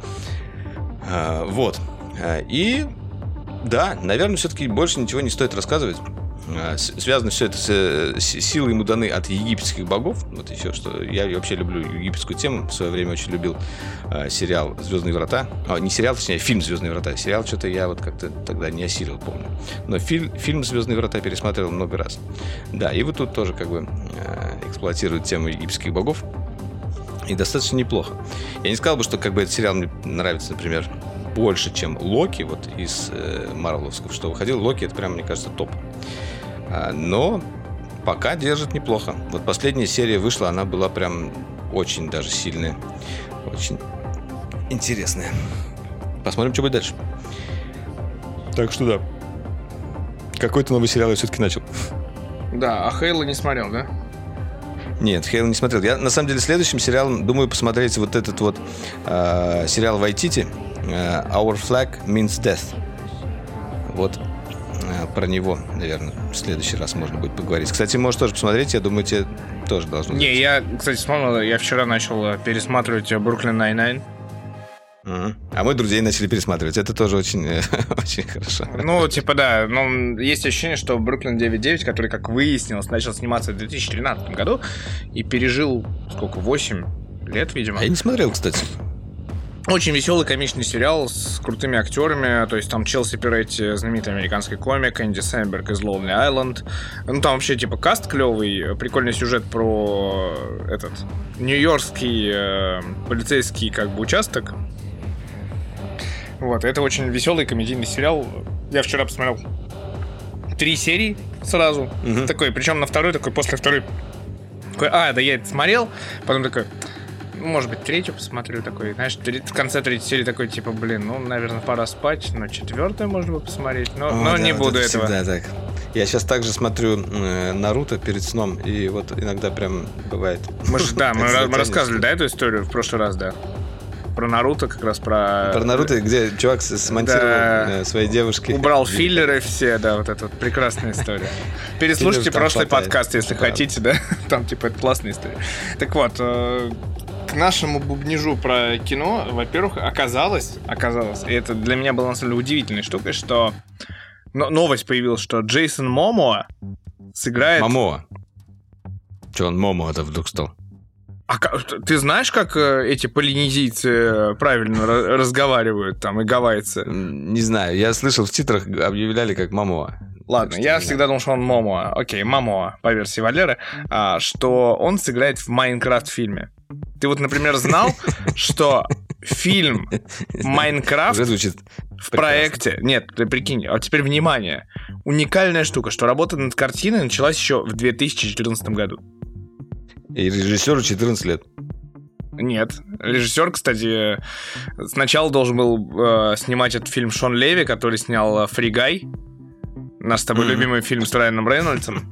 A: Э, вот. Э, и да, наверное, все-таки больше ничего не стоит рассказывать. Связано все это с силой ему даны от египетских богов. Вот еще что. Я вообще люблю египетскую тему. В свое время очень любил э, сериал «Звездные врата». А, не сериал, точнее, фильм «Звездные врата». Сериал что-то я вот как-то тогда не осилил, помню. Но фильм, фильм «Звездные врата» пересматривал много раз. Да, и вот тут тоже как бы э, эксплуатируют тему египетских богов. И достаточно неплохо. Я не сказал бы, что как бы этот сериал мне нравится, например, больше, чем Локи, вот из э, марвеловского, что выходил. Локи — это прям, мне кажется, топ. А, но пока держит неплохо. Вот последняя серия вышла, она была прям очень даже сильная. Очень интересная. Посмотрим, что будет дальше. Так что да. Какой-то новый сериал я все-таки начал.
B: Да, а Хейла не смотрел, да?
A: Нет, Хейла не смотрел. Я, на самом деле, следующим сериалом думаю посмотреть вот этот вот э, сериал Вайтити э, Our Flag Means Death. Вот э, про него, наверное, в следующий раз можно будет поговорить. Кстати, можешь тоже посмотреть, я думаю, тебе тоже должно быть.
B: Не, я, кстати, вспомнил, я вчера начал пересматривать Бруклин Найн-Найн.
A: Uh-huh. А мы друзей начали пересматривать. Это тоже очень, очень хорошо.
B: Ну, типа, да. Но есть ощущение, что Бруклин девять девять, который, как выяснилось, начал сниматься в две тысячи тринадцатом году и пережил, сколько, восемь лет, видимо.
A: А я не смотрел, кстати.
B: Очень веселый комичный сериал с крутыми актерами. То есть там Челси Перетти, знаменитый американский комик, Энди Сэмберг из Lonely Island. Ну, там вообще, типа, каст клевый. Прикольный сюжет про этот нью-йоркский э, полицейский, как бы, участок. Вот, это очень веселый комедийный сериал. Я вчера посмотрел три серии сразу. Uh-huh. Такой, причем на второй, такой, после второй. Такой, а, да я это смотрел. Потом такой, ну, может быть, третью посмотрю. Такой, знаешь, в конце третьей серии такой, типа, блин, ну, наверное, пора спать. Но четвертую можно было посмотреть. Но, О, но да, не вот буду это этого.
A: Всегда так. Я сейчас также смотрю э, Наруто перед сном. И вот иногда прям бывает.
B: Мы же, да, мы, мы рассказывали, да, эту историю в прошлый раз, да. Про Наруто, как раз про...
A: Про Наруто, где чувак смонтировал да. своей девушке.
B: Убрал филлеры все, да, вот эта вот прекрасная история. Переслушайте прошлый хватает. подкаст, если да. хотите, да. Там, типа, это классная история. Так вот, к нашему бубнижу про кино, во-первых, оказалось, оказалось, и это для меня было, на самом деле, удивительной штукой, что но новость появилась, что Джейсон Момоа сыграет...
A: Момоа. Че он Момоа-то вдруг стал?
B: А как, ты знаешь, как эти полинезийцы правильно разговаривают там и гавайцы?
A: Не знаю, я слышал, в титрах объявляли как Момоа.
B: Ладно, я всегда думал, что он Момоа. Окей, Момоа, по версии Валеры, а, что он сыграет в Майнкрафт-фильме. Ты вот, например, знал, что фильм Майнкрафт в проекте... Нет, ты прикинь, а теперь внимание. Уникальная штука, что работа над картиной началась еще в две тысячи четырнадцатом году.
A: И режиссеру четырнадцать лет.
B: Нет. Режиссер, кстати, сначала должен был э, снимать этот фильм Шон Леви, который снял «Фри Гай». Наш с тобой mm-hmm. любимый фильм с Райаном Рейнольдсом.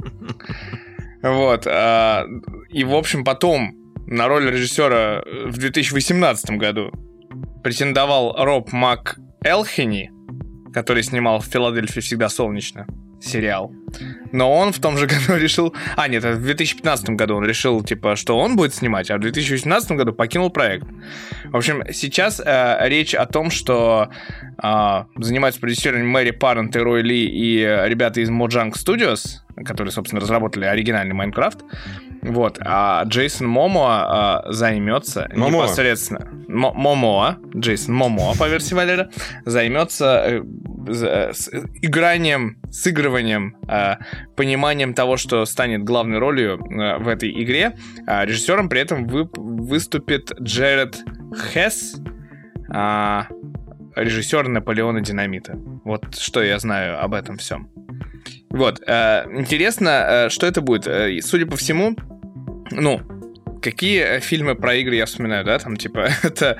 B: Вот. Э, и, в общем, потом на роль режиссера в две тысячи восемнадцатом году претендовал Роб МакЭлхенни, который снимал «В Филадельфии всегда солнечно» сериал. Но он в том же году решил... А, нет, в две тысячи пятнадцатом году он решил, типа, что он будет снимать, а в две тысячи восемнадцатом году покинул проект. В общем, сейчас э, речь о том, что э, занимаются продюсерами Мэри Парент и Рой Ли и ребята из Mojang Studios, которые, собственно, разработали оригинальный Майнкрафт. Вот. А Джейсон Момоа э, займется
A: Момоа.
B: непосредственно... М- Момоа, Джейсон Момоа, по версии Валера, займется э, э, с игранием, сыгрыванием, э, пониманием того, что станет главной ролью э, в этой игре. А режиссером при этом вы, выступит Джеред Хесс, э, режиссер Наполеона Динамита. Вот что я знаю об этом всем. Вот. Э, интересно, э, что это будет. Э, судя по всему, ну, какие фильмы про игры я вспоминаю, да? Там, типа, это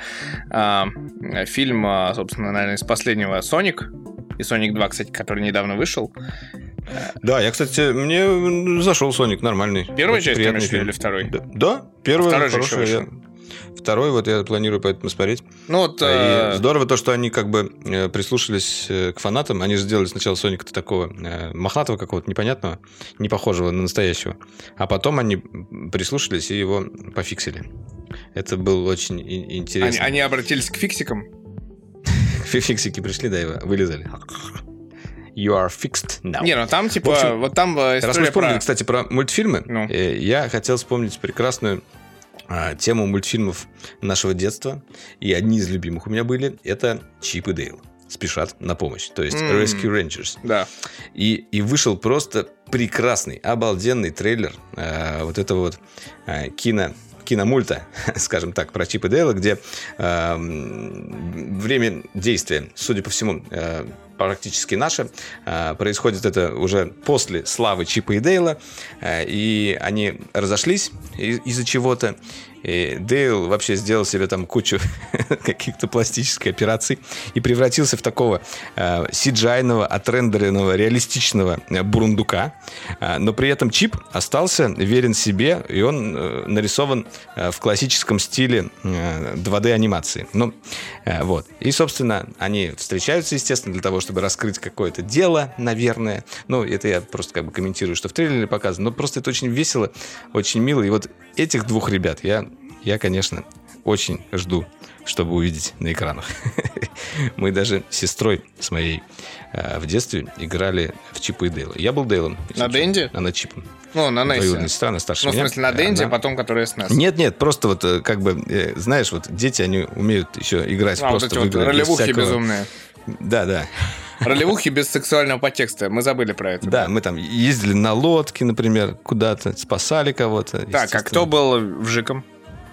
B: э, фильм, э, собственно, наверное, из последнего «Соник». И «Соник два», кстати, который недавно вышел.
A: Да, я, кстати, мне зашел «Соник», нормальный.
B: Первая часть, конечно, или второй?
A: Да, да первый.
B: Второй же еще вышел.
A: Второй, вот я планирую поэтому смотреть.
B: Ну, вот,
A: и
B: э...
A: здорово то, что они как бы прислушались к фанатам. Они же сделали сначала Соника-то такого мохнатого какого-то, непонятного, не похожего на настоящего. А потом они прислушались и его пофиксили. Это было очень интересно.
B: Они, они обратились к фиксикам?
A: Фиксики пришли, да, его вылезали. You are fixed now.
B: Не, ну там типа...
A: общем,
B: вот там история
A: раз мы вспомнили,
B: про...
A: кстати, про мультфильмы, ну. я хотел вспомнить прекрасную а, тему мультфильмов нашего детства. И одни из любимых у меня были. Это Чип и Дейл спешат на помощь. То есть mm. Rescue Rangers.
B: Да.
A: И, и вышел просто прекрасный, обалденный трейлер а, вот этого вот а, кино... киномульта, скажем так, про Чип и Дейла, где э, время действия, судя по всему, э, практически наше. Э, происходит это уже после славы Чипа и Дейла, э, и они разошлись из- из-за чего-то. И Дейл вообще сделал себе там кучу каких-то пластических операций и превратился в такого э, си джи ай-ного, отрендеренного, реалистичного э, бурундука. Э, но при этом Чип остался верен себе, и он э, нарисован э, в классическом стиле э, два дэ-анимации. Ну, э, вот. И, собственно, они встречаются, естественно, для того, чтобы раскрыть какое-то дело, наверное. Ну, это я просто как бы комментирую, что в трейлере показано. Но просто это очень весело, очень мило. И вот этих двух ребят я Я, конечно, очень жду, чтобы увидеть на экранах. Мы даже с сестрой с моей э, в детстве играли в Чипа и Дейла. Я был Дейлом.
B: На Денди?
A: Она Чипом.
B: Ну, на Нессе.
A: Двоюродная сестра, она старше
B: меня. Ну, в смысле, на Денди,
A: она...
B: а потом, который эс эн эс.
A: Нет-нет, просто вот как бы, э, знаешь, вот дети, они умеют еще играть
B: а,
A: просто
B: вот эти
A: в игры.
B: Вот ролевухи
A: всякого...
B: безумные.
A: Да-да.
B: Ролевухи без сексуального подтекста. Мы забыли про это.
A: Да, да, мы там ездили на лодке, например, куда-то, спасали кого-то.
B: Так, а кто был вжиком?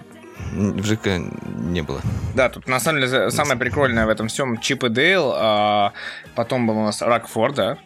A: В ЖК не было.
B: Да, тут на самом деле самое прикольное в этом всем Чип и Дейл, а потом был у нас Рокфор, да?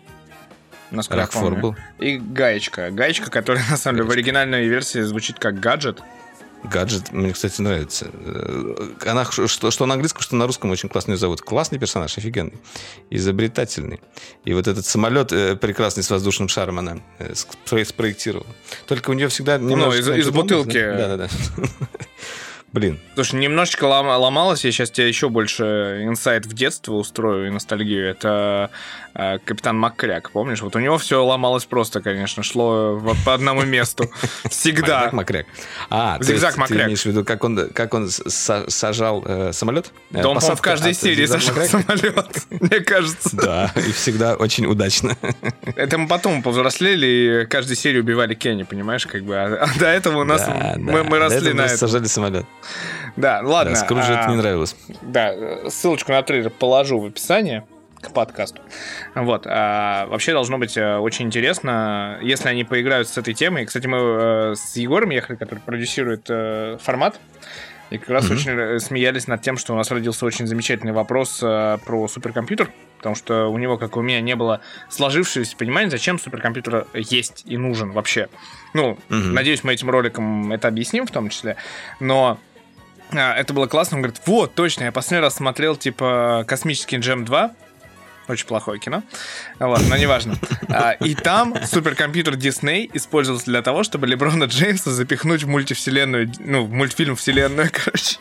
A: Рокфор был.
B: И Гаечка. Гаечка, которая на самом деле в оригинальной версии звучит как гаджет.
A: Гаджет, мне, кстати, нравится. Она, что, что на английском, что на русском очень классно ее зовут. Классный персонаж, офигенный. Изобретательный. И вот этот самолет э, прекрасный с воздушным шаром она э, спроектировала. Только у нее всегда...
B: Ну, из, из бутылки.
A: Да-да-да. Блин.
B: Слушай, немножечко лом- ломалось, я сейчас тебе еще больше инсайт в детство устрою и ностальгию. Это э, Капитан Маккряк, помнишь? Вот у него все ломалось просто, конечно, шло в- по одному месту. Всегда.
A: Маккряк. А,
B: Зигзаг
A: ты
B: Маккряк.
A: имеешь в виду, как он, как он с- сажал э, самолет?
B: Да он, по-моему, в каждой серии
A: Зигзаг
B: сажал
A: Маккряка?
B: самолет, мне кажется.
A: Да, и всегда очень удачно.
B: Это мы потом повзрослели и каждую серию убивали Кенни, понимаешь, как бы. А до этого у нас
A: Да,
B: мы,
A: да.
B: мы росли
A: До этого
B: на
A: просто
B: этом.
A: сажали самолет.
B: Да, ладно.
A: Да, Скруджу
B: а,
A: это не нравилось.
B: Да, ссылочку на трейлер положу в описании к подкасту. Вот. А, вообще должно быть а, очень интересно, если они поиграют с этой темой. Кстати, мы а, с Егором ехали, который продюсирует а, формат, и как раз
A: Мгм.
B: очень смеялись над тем, что у нас родился очень замечательный вопрос а, про суперкомпьютер, потому что у него, как и у меня, не было сложившегося понимания, зачем суперкомпьютер есть и нужен вообще. Ну,
A: Мгм.
B: надеюсь, мы этим роликом это объясним в том числе, но а, это было классно. Он говорит, вот, точно, я последний раз смотрел, типа, «Космический Джем два». Очень плохое кино. Вот, но неважно. А, и там суперкомпьютер Дисней использовался для того, чтобы Леброна Джеймса запихнуть в мультивселенную, ну, в мультфильм вселенную, короче.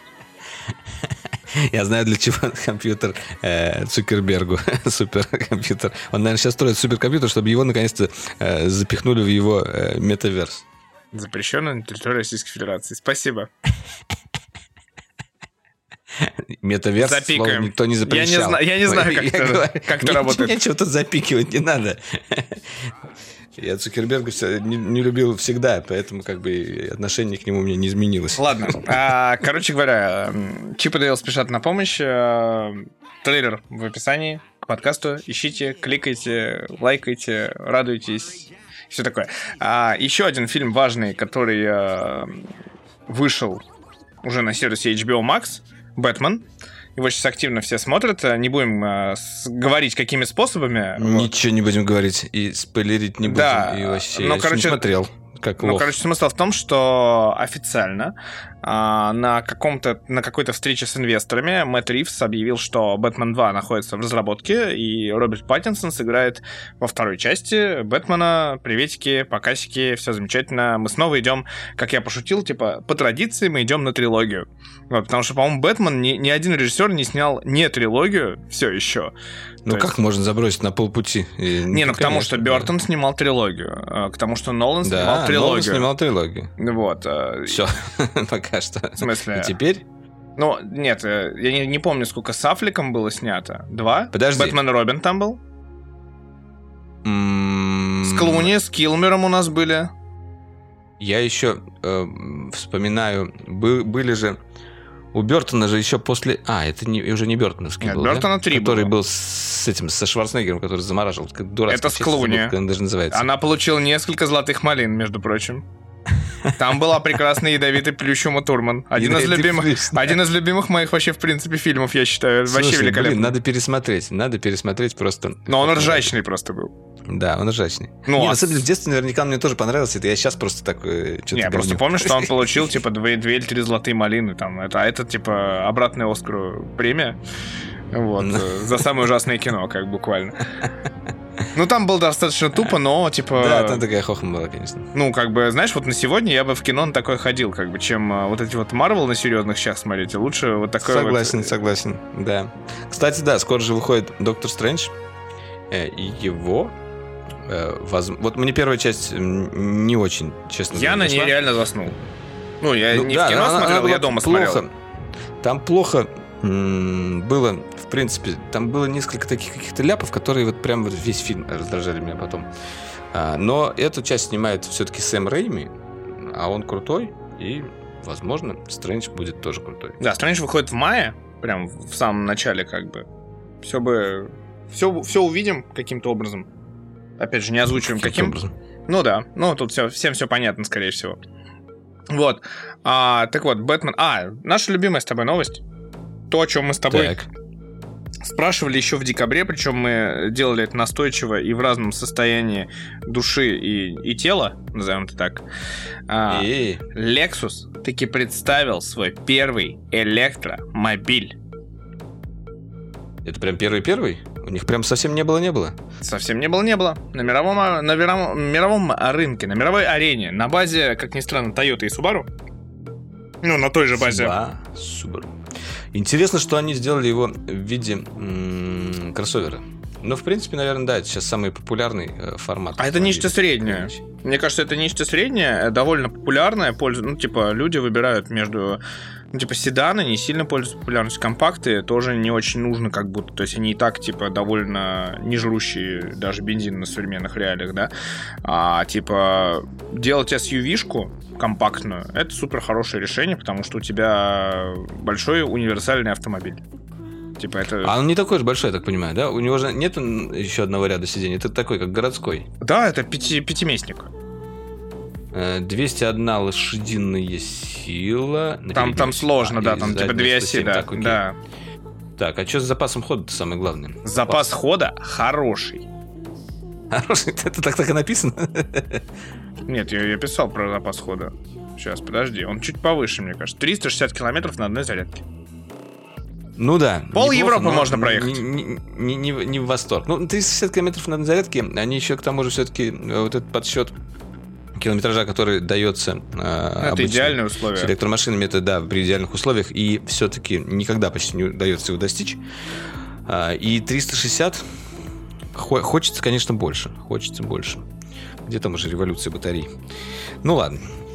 A: Я знаю, для чего компьютер э, Цукербергу, суперкомпьютер. Он, наверное, сейчас строит суперкомпьютер, чтобы его наконец-то э, запихнули в его э, метаверс.
B: Запрещено на территории Российской Федерации. Спасибо.
A: Метаверс, слово
B: Запикаем.
A: никто не
B: Я не
A: запрещал.
B: зна- я не знаю, как это-
A: говорю,
B: как это
A: ничего-
B: работает.
A: Нечего тут запикивать, не надо. Я Цукерберга вся- не, не любил всегда, поэтому как бы и отношение к нему у меня не изменилось.
B: Ладно. А, короче говоря, м, Чип и Дейл спешат на помощь. А, Трейлер в описании к подкасту. Ищите, кликайте, лайкайте, радуйтесь. Все такое. А, еще один фильм важный, который а, вышел уже на сервисе эйч би о Max. «Бэтмен». Его сейчас активно все смотрят. Не будем а, с- говорить, какими способами. Вот.
A: Ничего не будем говорить и спойлерить не будем.
B: Да,
A: И вообще,
B: ну,
A: я еще
B: короче,
A: не смотрел. Как
B: Ну,
A: лох.
B: короче, смысл в том, что официально а, на, каком-то, на какой-то встрече с инвесторами Мэтт Ривз объявил, что «Бэтмен два» находится в разработке, и Роберт Паттинсон сыграет во второй части Бэтмена. Приветики, покасики, все замечательно. Мы снова идем, как я пошутил, типа, по традиции мы идем на трилогию. Вот, потому что, по-моему, Бэтмен ни, ни один режиссер не снял не трилогию все еще.
A: Ну
B: То
A: как
B: есть-
A: можно забросить на полпути? И-
B: Не, ну к тому,
A: конечно,
B: что Бёртон снимал трилогию, а, к тому, что Нолан
A: Да,
B: снимал
A: Нолан
B: трилогию.
A: снимал трилогию.
B: Вот. а,
A: Все, пока что.
B: В смысле?
A: И теперь?
B: Ну, нет, э, я не, не помню, сколько с Аффлеком было снято. Два?
A: Подожди.
B: Бэтмен и Робин там был.
A: М,
B: С Клуни, с Килмером у нас были.
A: Я еще э, вспоминаю, бы- были же... У Бертона же еще после... А, это не, уже не Бертоновский
B: Нет,
A: был,
B: Бёртона
A: да?
B: три
A: Который
B: было.
A: был с этим, со Шварценеггером, который замораживал. Как дурацкая
B: Это с
A: часть, забыл,
B: Клуни.
A: как она даже называется.
B: Она получила несколько золотых малин, между прочим. Там была прекрасная ядовитый плющ Ума Турман. Один из,
A: Ядовитый
B: любимых,
A: плющ, да.
B: один из любимых моих вообще, в принципе, фильмов, я считаю. Вообще
A: Слушай,
B: великолепный.
A: блин, надо пересмотреть. Надо пересмотреть просто.
B: Но он ржачный просто был.
A: Да, он ржачный.
B: Ну,
A: не,
B: а
A: на
B: с-
A: самом деле, в детстве наверняка мне тоже понравился. Это я сейчас просто так э, что-то
B: Не, я просто
A: говню.
B: помню, что он получил, типа, две, две или три золотые малины. Там. Это, а это, типа, обратная Оскару премия. Вот.
A: Ну.
B: э, За самое ужасное кино, как буквально. Ну, там было достаточно тупо, но, типа...
A: Да, там такая хохма была, конечно.
B: Ну, как бы, знаешь, вот на сегодня я бы в кино на такое ходил, как бы, чем а, вот эти вот Марвел на серьезных щах смотреть. Лучше вот такое
A: Согласен,
B: вот...
A: согласен, да. Кстати, да, скоро же выходит Доктор Стрэндж. э, И его... э, воз- Вот мне первая часть м, не очень, честно
B: Я
A: говоря,
B: на ней
A: зашла.
B: реально заснул. Ну, я
A: Ну,
B: не
A: да,
B: в кино
A: она- она
B: смотрел,
A: была
B: я дома
A: плохо.
B: смотрел.
A: Там плохо м, было, в принципе, там было несколько таких каких-то ляпов, которые вот прям вот весь фильм раздражали меня потом. А, но эту часть снимает все-таки Сэм Рэйми, а он крутой, и, возможно, Стрэндж будет тоже крутой.
B: Да, Стрэндж выходит в мае, прям в самом начале, как бы. Все бы... Все, все увидим каким-то образом. Опять же, не озвучиваем
A: Каким
B: каким.
A: образом?
B: Ну да, ну тут все, всем все понятно, скорее всего. Вот. А, так вот, Бэтмен... А, наша любимая с тобой новость. То, о чем мы с тобой
A: Так.
B: спрашивали еще в декабре, причем мы делали это настойчиво и в разном состоянии души и, и тела, назовем это так. А,
A: И
B: Lexus таки представил свой первый электромобиль.
A: это прям первый-первый? У них прям совсем не было-не было.
B: Совсем не было, не было. На мировом, на мировом, мировом рынке, на мировой арене, на базе, как ни странно, Toyota и Subaru. Ну, на той же базе.
A: Subaru. Интересно, что они сделали его в виде м- кроссовера. Ну, в принципе, наверное, да, это сейчас самый популярный э, формат.
B: А это нечто среднее. Мне кажется, это нечто среднее, довольно популярное. Пользу... Ну, типа, люди выбирают между... Ну, типа, седаны не сильно пользуются популярностью. Компакты тоже не очень нужно, как будто. То есть они и так, типа, довольно не жрущие даже бензин на современных реалиях, да. А, типа, делать эс ю ви-шку компактную, это супер хорошее решение, потому что у тебя большой универсальный автомобиль. Типа это...
A: А он не такой же большой, я так понимаю, да? У него же нет еще одного ряда сидений. Это такой, как городской.
B: Да, это пяти, пятиместник.
A: двести одна лошадиная сила.
B: Там, там сложно, а, да, там типа две оси, да.
A: Так,
B: да.
A: Так, а что с запасом хода-то самое главное?
B: Запас Запас. хода хороший.
A: Хороший? Это так, так и написано?
B: Нет, я, я писал про запас хода. Сейчас, подожди, он чуть повыше, мне кажется. триста шестьдесят километров на одной зарядке.
A: Ну да.
B: Пол Европы можно проехать.
A: Не, не, не, не в восторг. Ну, триста шестьдесят километров на одной зарядке, они еще к тому же все-таки вот этот подсчет километража, который дается э,
B: это идеальные условия.
A: С электромашинами, это да, при идеальных условиях, и все-таки никогда почти не удается его достичь. А, и триста шестьдесят хо- хочется, конечно, больше. Хочется больше. Где там уже революция батарей? Ну ладно.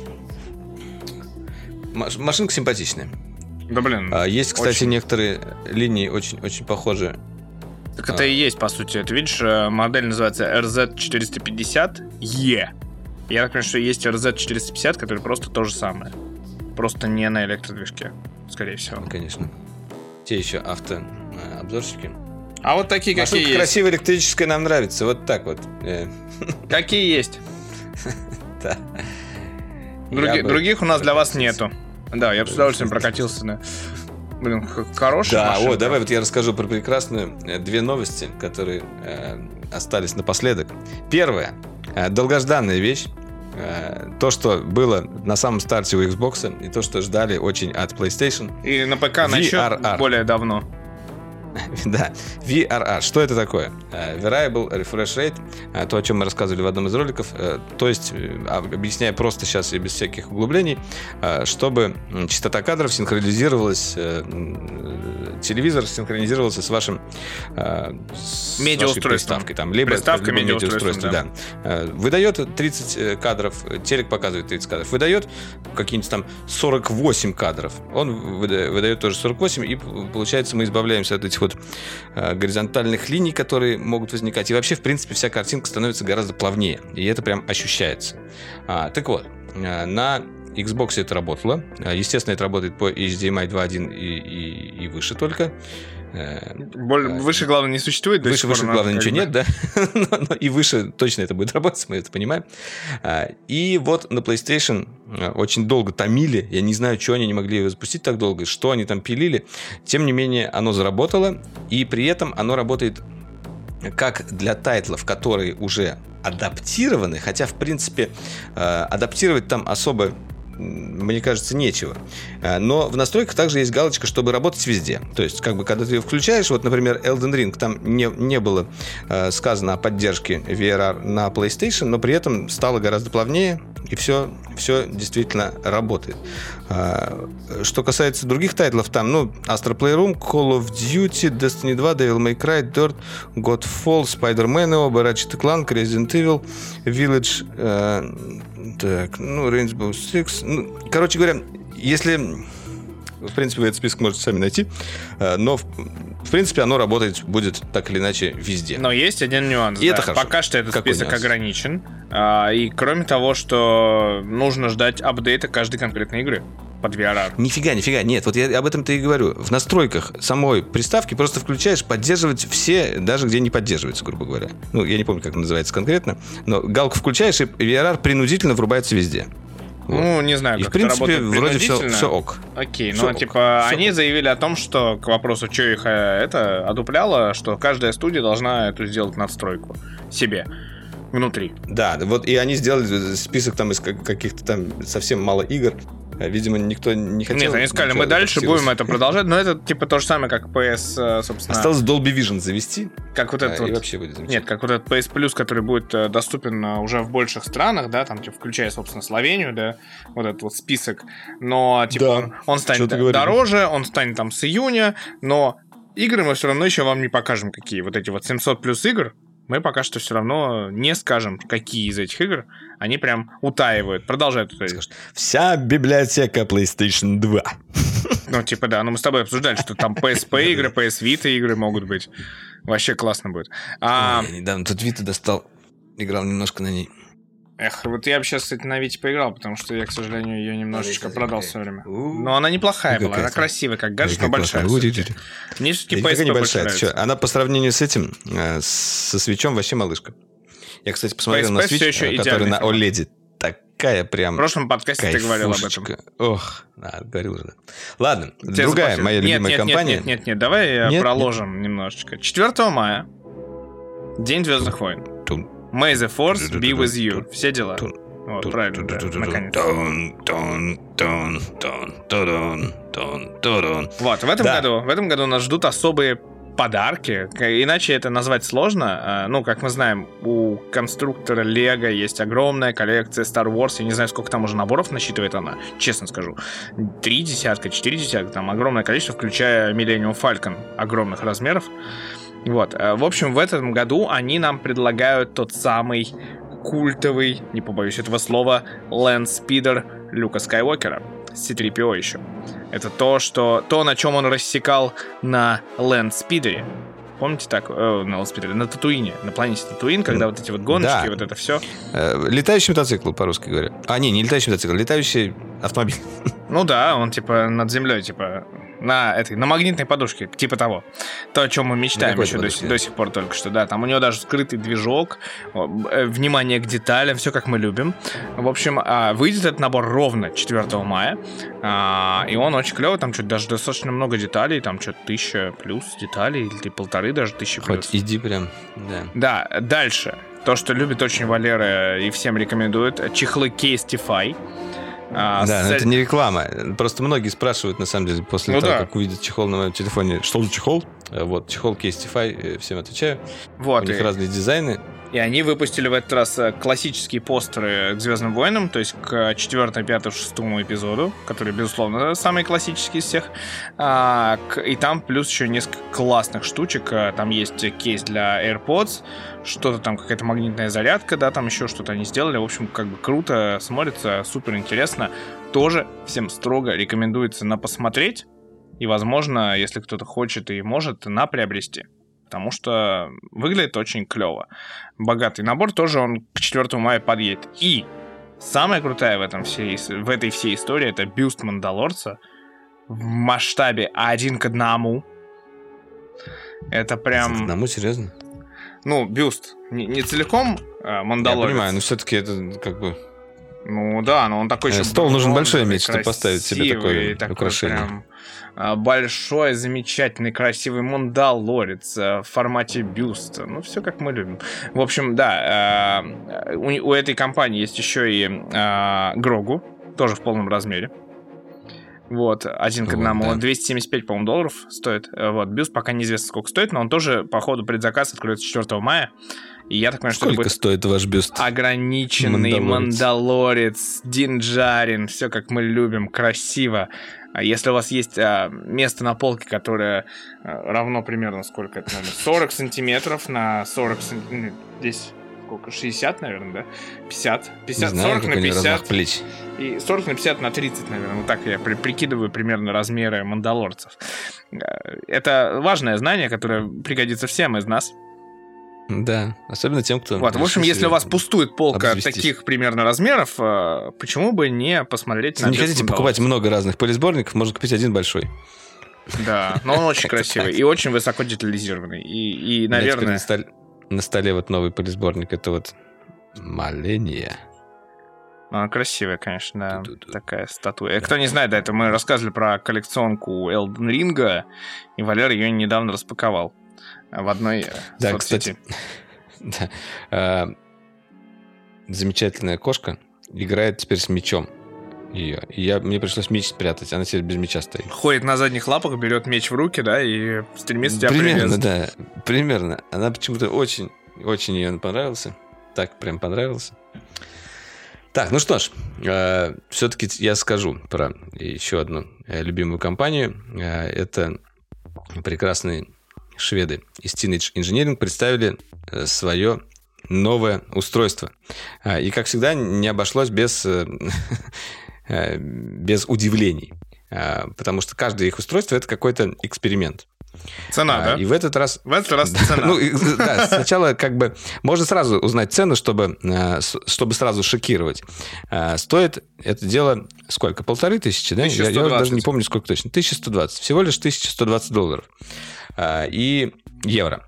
A: Маш- машинка симпатичная.
B: Да блин.
A: А, есть, кстати,
B: очень...
A: некоторые линии очень-очень похожи.
B: Так это а... и есть, по сути. Ты видишь, модель называется эр зет четыреста пятьдесят и. Я так понимаю, что есть эр зет четыреста пятьдесят, который просто то же самое. Просто не на электродвижке, скорее всего.
A: Ну, конечно. Те еще автообзорщики.
B: А вот такие,
A: машинка
B: какие есть.
A: Красивая, электрическая, нам нравится. Вот так вот.
B: Какие есть?
A: Да.
B: Других у нас для вас нету. Да, я бы с удовольствием прокатился на... Блин, хорошая
A: Да,
B: машинка.
A: о, давай вот я расскажу про прекрасную две новости, которые э, остались напоследок. Первая, э, долгожданная вещь. Э, то, что было на самом старте у Xbox, и то, что ждали очень от PlayStation.
B: И на ПК начнет более давно.
A: Да, ви ар ар. Что это такое? Variable Refresh Rate, то, о чем мы рассказывали в одном из роликов. То есть, объясняя просто сейчас и без всяких углублений, чтобы частота кадров синхронизировалась, телевизор синхронизировался с вашим
B: медиаустройством.
A: Там, либо
B: приставка медиаустройством,
A: да. да. Выдает тридцать кадров, телек показывает тридцать кадров. Выдает какие-нибудь там сорок восемь кадров. Он выдает тоже сорок восемь, и получается, мы избавляемся от этих вот горизонтальных линий, которые могут возникать. И вообще, в принципе, вся картинка становится гораздо плавнее. И это прям ощущается. А, так вот, на Xbox это работало. Естественно, это работает по эйч ди эм ай два точка один и, и, и выше только.
B: Боль, выше, главное, не существует.
A: Выше, выше главное, ничего бы... нет, да. но, но и выше точно это будет работать, мы это понимаем. И вот на PlayStation очень долго томили. Я не знаю, что они не могли его запустить так долго, что они там пилили. Тем не менее, оно заработало. И при этом оно работает как для тайтлов, которые уже адаптированы. Хотя, в принципе, адаптировать там особо, мне кажется, нечего. Но в настройках также есть галочка, чтобы работать везде. То есть, как бы, когда ты ее включаешь, вот, например, Elden Ring, там не, не было э, сказано о поддержке ви ар ар на PlayStation, но при этом стало гораздо плавнее, и все, все действительно работает. А, что касается других тайтлов, там, ну, Astro Playroom, Call of Duty, Destiny два, Devil May Cry, Dirt, Godfall, Spider-Man, оба, Ratchet and Clank, Resident Evil, Village, э, так, ну, Rainbow Six. Ну, короче говоря, если... В принципе, вы этот список можете сами найти. Но, в, в принципе, оно работать будет так или иначе везде.
B: Но есть один нюанс.
A: И
B: да.
A: это хорошо.
B: Пока что этот
A: Какой
B: список
A: нюанс?
B: ограничен. И кроме того, что нужно ждать апдейта каждой конкретной игры под ви ар ар.
A: Нифига, нифига, нет, вот я об этом-то и говорю. В настройках самой приставки просто включаешь поддерживать все, даже где не поддерживается, грубо говоря. Ну, я не помню, как это называется конкретно, но галку включаешь, и ви ар ар принудительно врубается везде. Вот.
B: Ну, не знаю,
A: и
B: как
A: в принципе,
B: это работает
A: вроде все,
B: принудительно.
A: все ок.
B: Окей,
A: все
B: ну,
A: ок.
B: типа,
A: все
B: они
A: ок.
B: заявили о том, что, к вопросу, что их это одупляло, что каждая студия должна эту сделать надстройку себе. Внутри.
A: Да, вот и они сделали список там из каких-то там совсем мало игр. Видимо, никто не хотел.
B: Нет, они сказали, мы дальше будем это продолжать, но это типа то же самое, как пи эс, собственно.
A: Осталось Dolby Vision завести.
B: Как вот этот
A: а,
B: вот...
A: И вообще будет замечательно.
B: Нет, как вот этот пи эс Plus, который будет доступен уже в больших странах, да, там, типа, включая, собственно, Словению, да, вот этот вот список. Но, типа,
A: да.
B: он, он станет дороже, он станет там с июня, но игры мы все равно еще вам не покажем, какие. Вот эти вот семьсот плюс игр, мы пока что все равно не скажем, какие из этих игр. Они прям утаивают, продолжают утаивать.
A: Вся библиотека PlayStation два.
B: Ну, типа, да, ну мы с тобой обсуждали, что там пи эс пи игры, пи эс Vita игры могут быть. Вообще классно будет. А...
A: Ой, я недавно тут Vita достал, играл немножко на ней.
B: Эх, вот я бы сейчас, кстати, на Вите поиграл, потому что я, к сожалению, ее немножечко продал в свое время. Но она неплохая была, она красивая, как гаджет, но большая. Мне все-таки пи эс пи больше нравится.
A: Она по сравнению с этим, со свечом, вообще малышка. Я, кстати, посмотрел на Switch, который на о лед. Такая прям...
B: В прошлом подкасте ты говорил об этом.
A: Ох, да, говорил уже. Ладно, другая моя любимая компания.
B: Нет, нет, нет, давай проложим немножечко. четвёртого мая, День Звездных войн. May the Force be with you. Все дела. Вот, правильно, да, наконец-то. Вот, в этом году, в этом году нас ждут особые подарки, иначе это назвать сложно. Ну, как мы знаем, у конструктора Lego есть огромная коллекция Star Wars. Я не знаю, сколько там уже наборов насчитывает она, честно скажу. Три десятка, четыре десятка, там огромное количество, включая Millennium Falcon огромных размеров. Вот, в общем, в этом году они нам предлагают тот самый культовый, не побоюсь этого слова, Landspeeder Люка Скайуокера. си три пи о еще. Это то, что, то, на чем он рассекал на Landspeeder. Помните так? Э, на Landspeeder, на Татуине, на планете Татуин, когда вот эти вот гоночки, да. Вот это все.
A: Э, летающий мотоцикл, по-русски говоря. А, не, не летающий мотоцикл, летающий автомобиль.
B: Ну да, он типа над землей, типа на этой, на магнитной подушке, типа того. То, о чем мы мечтаем еще до, до сих пор только что, да. Там у него даже скрытый движок, внимание к деталям, все как мы любим. В общем, выйдет этот набор ровно четвёртого мая, и он очень клевый, там что-то даже достаточно много деталей, там что-то тысяча плюс деталей, или полторы даже тысячи плюс.
A: Хоть иди прям, да.
B: Да, дальше. То, что любит очень Валера и всем рекомендует, чехлы Casetify.
A: А, да, с... но это не реклама. Просто многие спрашивают, на самом деле, после ну того, да. как увидят чехол на моем телефоне, что за чехол? Вот, чехол Casetify, всем отвечаю. Вот, у них и... разные дизайны.
B: И они выпустили в этот раз классические постеры к «Звездным войнам», то есть к четвёртому, пятому, шестому эпизоду, которые, безусловно, самые классические из всех. А, к... И там плюс еще несколько классных штучек. Там есть кейс для AirPods, что-то там, какая-то магнитная зарядка, да, там еще что-то они сделали. В общем, как бы круто смотрится, супер интересно. Тоже всем строго рекомендуется на посмотреть. И, возможно, если кто-то хочет и может, на приобрести. Потому что выглядит очень клево. Богатый набор тоже, он к четвёртому мая подъедет. И самое крутое в, этом всей, в этой всей истории — это бюст Мандалорца в масштабе один к одному. Это прям...
A: Один к одному, серьезно?
B: Ну, бюст. Не, не целиком а, Мандалорец.
A: Я понимаю, но все-таки это как бы...
B: Ну да, но он такой...
A: Э, стол нужен большой иметь, чтобы поставить себе такое
B: такой
A: украшение.
B: Прям большой, замечательный, красивый Мандалорец в формате бюста. Ну, все как мы любим. В общем, да, у, у этой компании есть еще и Грогу, тоже в полном размере. Вот, один к одному. Вот, да. двести семьдесят пять, по-моему, долларов стоит. Вот, бюст пока неизвестно, сколько стоит, но он тоже, по ходу, предзаказ откроется четвёртого мая. И я так понимаю, что
A: сколько
B: это будет
A: стоит ваш бюст?
B: Ограниченный Мандалорец, Мандалорец Динджарин, все как мы любим, красиво. Если у вас есть а, место на полке, которое а, равно примерно сколько это, наверное, сорок сантиметров на сорок сантиметров, здесь сколько, шестьдесят, наверное, да? пятьдесят, пятьдесят, знаю, сорок на пятьдесят.
A: Плеч.
B: И сорок на пятьдесят на тридцать, наверное. Вот так я при- прикидываю примерно размеры мандалорцев. Это важное знание, которое пригодится всем из нас.
A: Да, особенно тем, кто...
B: Вот, в общем, если у вас пустует полка обзвестись. Таких примерно размеров, почему бы не посмотреть
A: на... Если не хотите покупать много разных полисборников, можно купить один большой.
B: Да, но он очень красивый и очень высоко детализированный. И, и наверное...
A: На столе вот новый полисборник, это вот Маления.
B: Она красивая, конечно, да, Ту-ту-ту. Такая статуя. Кто не знает, да, это мы рассказывали про коллекционку Elden Ring, и Валер ее недавно распаковал в одной
A: да,
B: соцсети.
A: Кстати, да. Замечательная кошка играет теперь с мечом. ее. И я, мне пришлось меч спрятать, она теперь без меча стоит.
B: Ходит на задних лапах, берет меч в руки, да, и стремится тебя
A: примерно,
B: приветствовать.
A: Да, примерно. Она почему-то очень, очень ее понравился. Так прям понравился. Так, ну что ж, э, все-таки я скажу про еще одну э, любимую компанию. Э, это прекрасные шведы из Teenage Engineering представили э, свое новое устройство. Э, и, как всегда, не обошлось без... Э, без удивлений, потому что каждое их устройство — это какой-то эксперимент.
B: Цена,
A: а,
B: да?
A: И в этот раз...
B: В этот раз цена.
A: Ну, да, сначала как бы... Можно сразу узнать цену, чтобы, чтобы сразу шокировать. Стоит это дело сколько? Полторы тысячи, да? Я, я даже не помню, сколько точно. тысяча сто двадцать. Всего лишь тысяча сто двадцать долларов. И евро.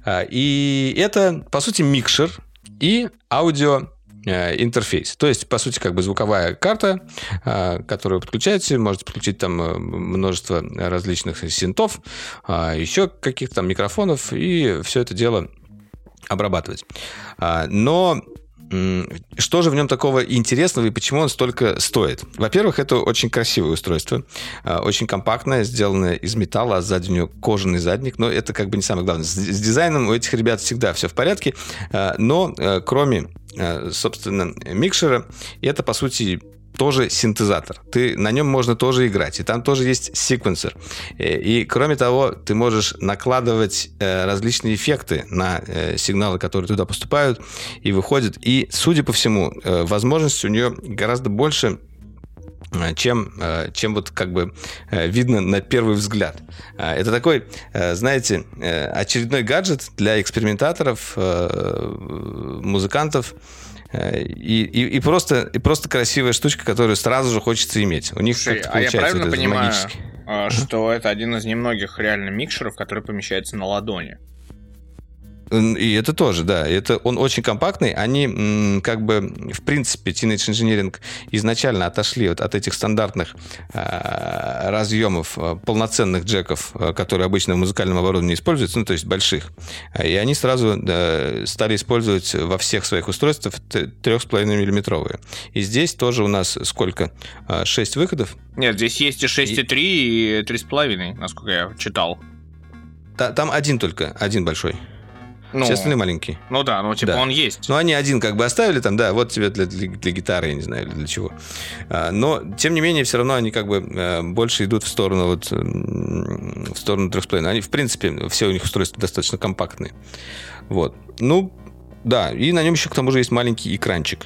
A: И это, по сути, микшер и аудио интерфейс. То есть, по сути, как бы звуковая карта, которую подключаете. Можете подключить там множество различных синтов, еще каких-то там микрофонов, и все это дело обрабатывать. Но что же в нем такого интересного и почему он столько стоит? Во-первых, это очень красивое устройство, очень компактное, сделанное из металла, а сзади у него кожаный задник, но это как бы не самое главное. С дизайном у этих ребят всегда все в порядке, но кроме, собственно, микшера, это, по сути, тоже синтезатор. Ты, на нем можно тоже играть. И там тоже есть секвенсор. И, и кроме того, ты можешь накладывать э, различные эффекты на э, сигналы, которые туда поступают и выходят. И, судя по всему, э, возможностей у нее гораздо больше, э, чем, э, чем вот как бы э, видно на первый взгляд. Э, это такой, э, знаете, э, очередной гаджет для экспериментаторов, э, музыкантов, И, и, и, просто, и просто красивая штучка, которую сразу же хочется иметь. У них
B: Слушай,
A: как-то
B: а я
A: получается
B: правильно
A: вот
B: понимаю,
A: магически.
B: что uh-huh. это один из немногих реально микшеров, который помещается на ладони?
A: И это тоже, да. Это, он очень компактный. Они как бы, в принципе, Teenage Engineering изначально отошли вот от этих стандартных э, разъемов полноценных джеков, которые обычно в музыкальном оборудовании используются, ну, то есть больших. И они сразу э, стали использовать во всех своих устройствах три с половиной миллиметровые. И здесь тоже у нас сколько? шесть выходов?
B: Нет, здесь есть и шесть и три, и, и три с половиной, насколько я читал.
A: Та, там один только, один большой.
B: Ну,
A: все остальные маленькие.
B: Ну да, ну типа да. Он есть.
A: Ну, они один как бы оставили там, да, вот тебе для, для, для гитары, я не знаю, для чего. Но, тем не менее, все равно они как бы больше идут в сторону вот, в сторону три с половиной. Они, в принципе, все у них устройства достаточно компактные. Вот. Ну, да, и на нем еще к тому же есть маленький экранчик.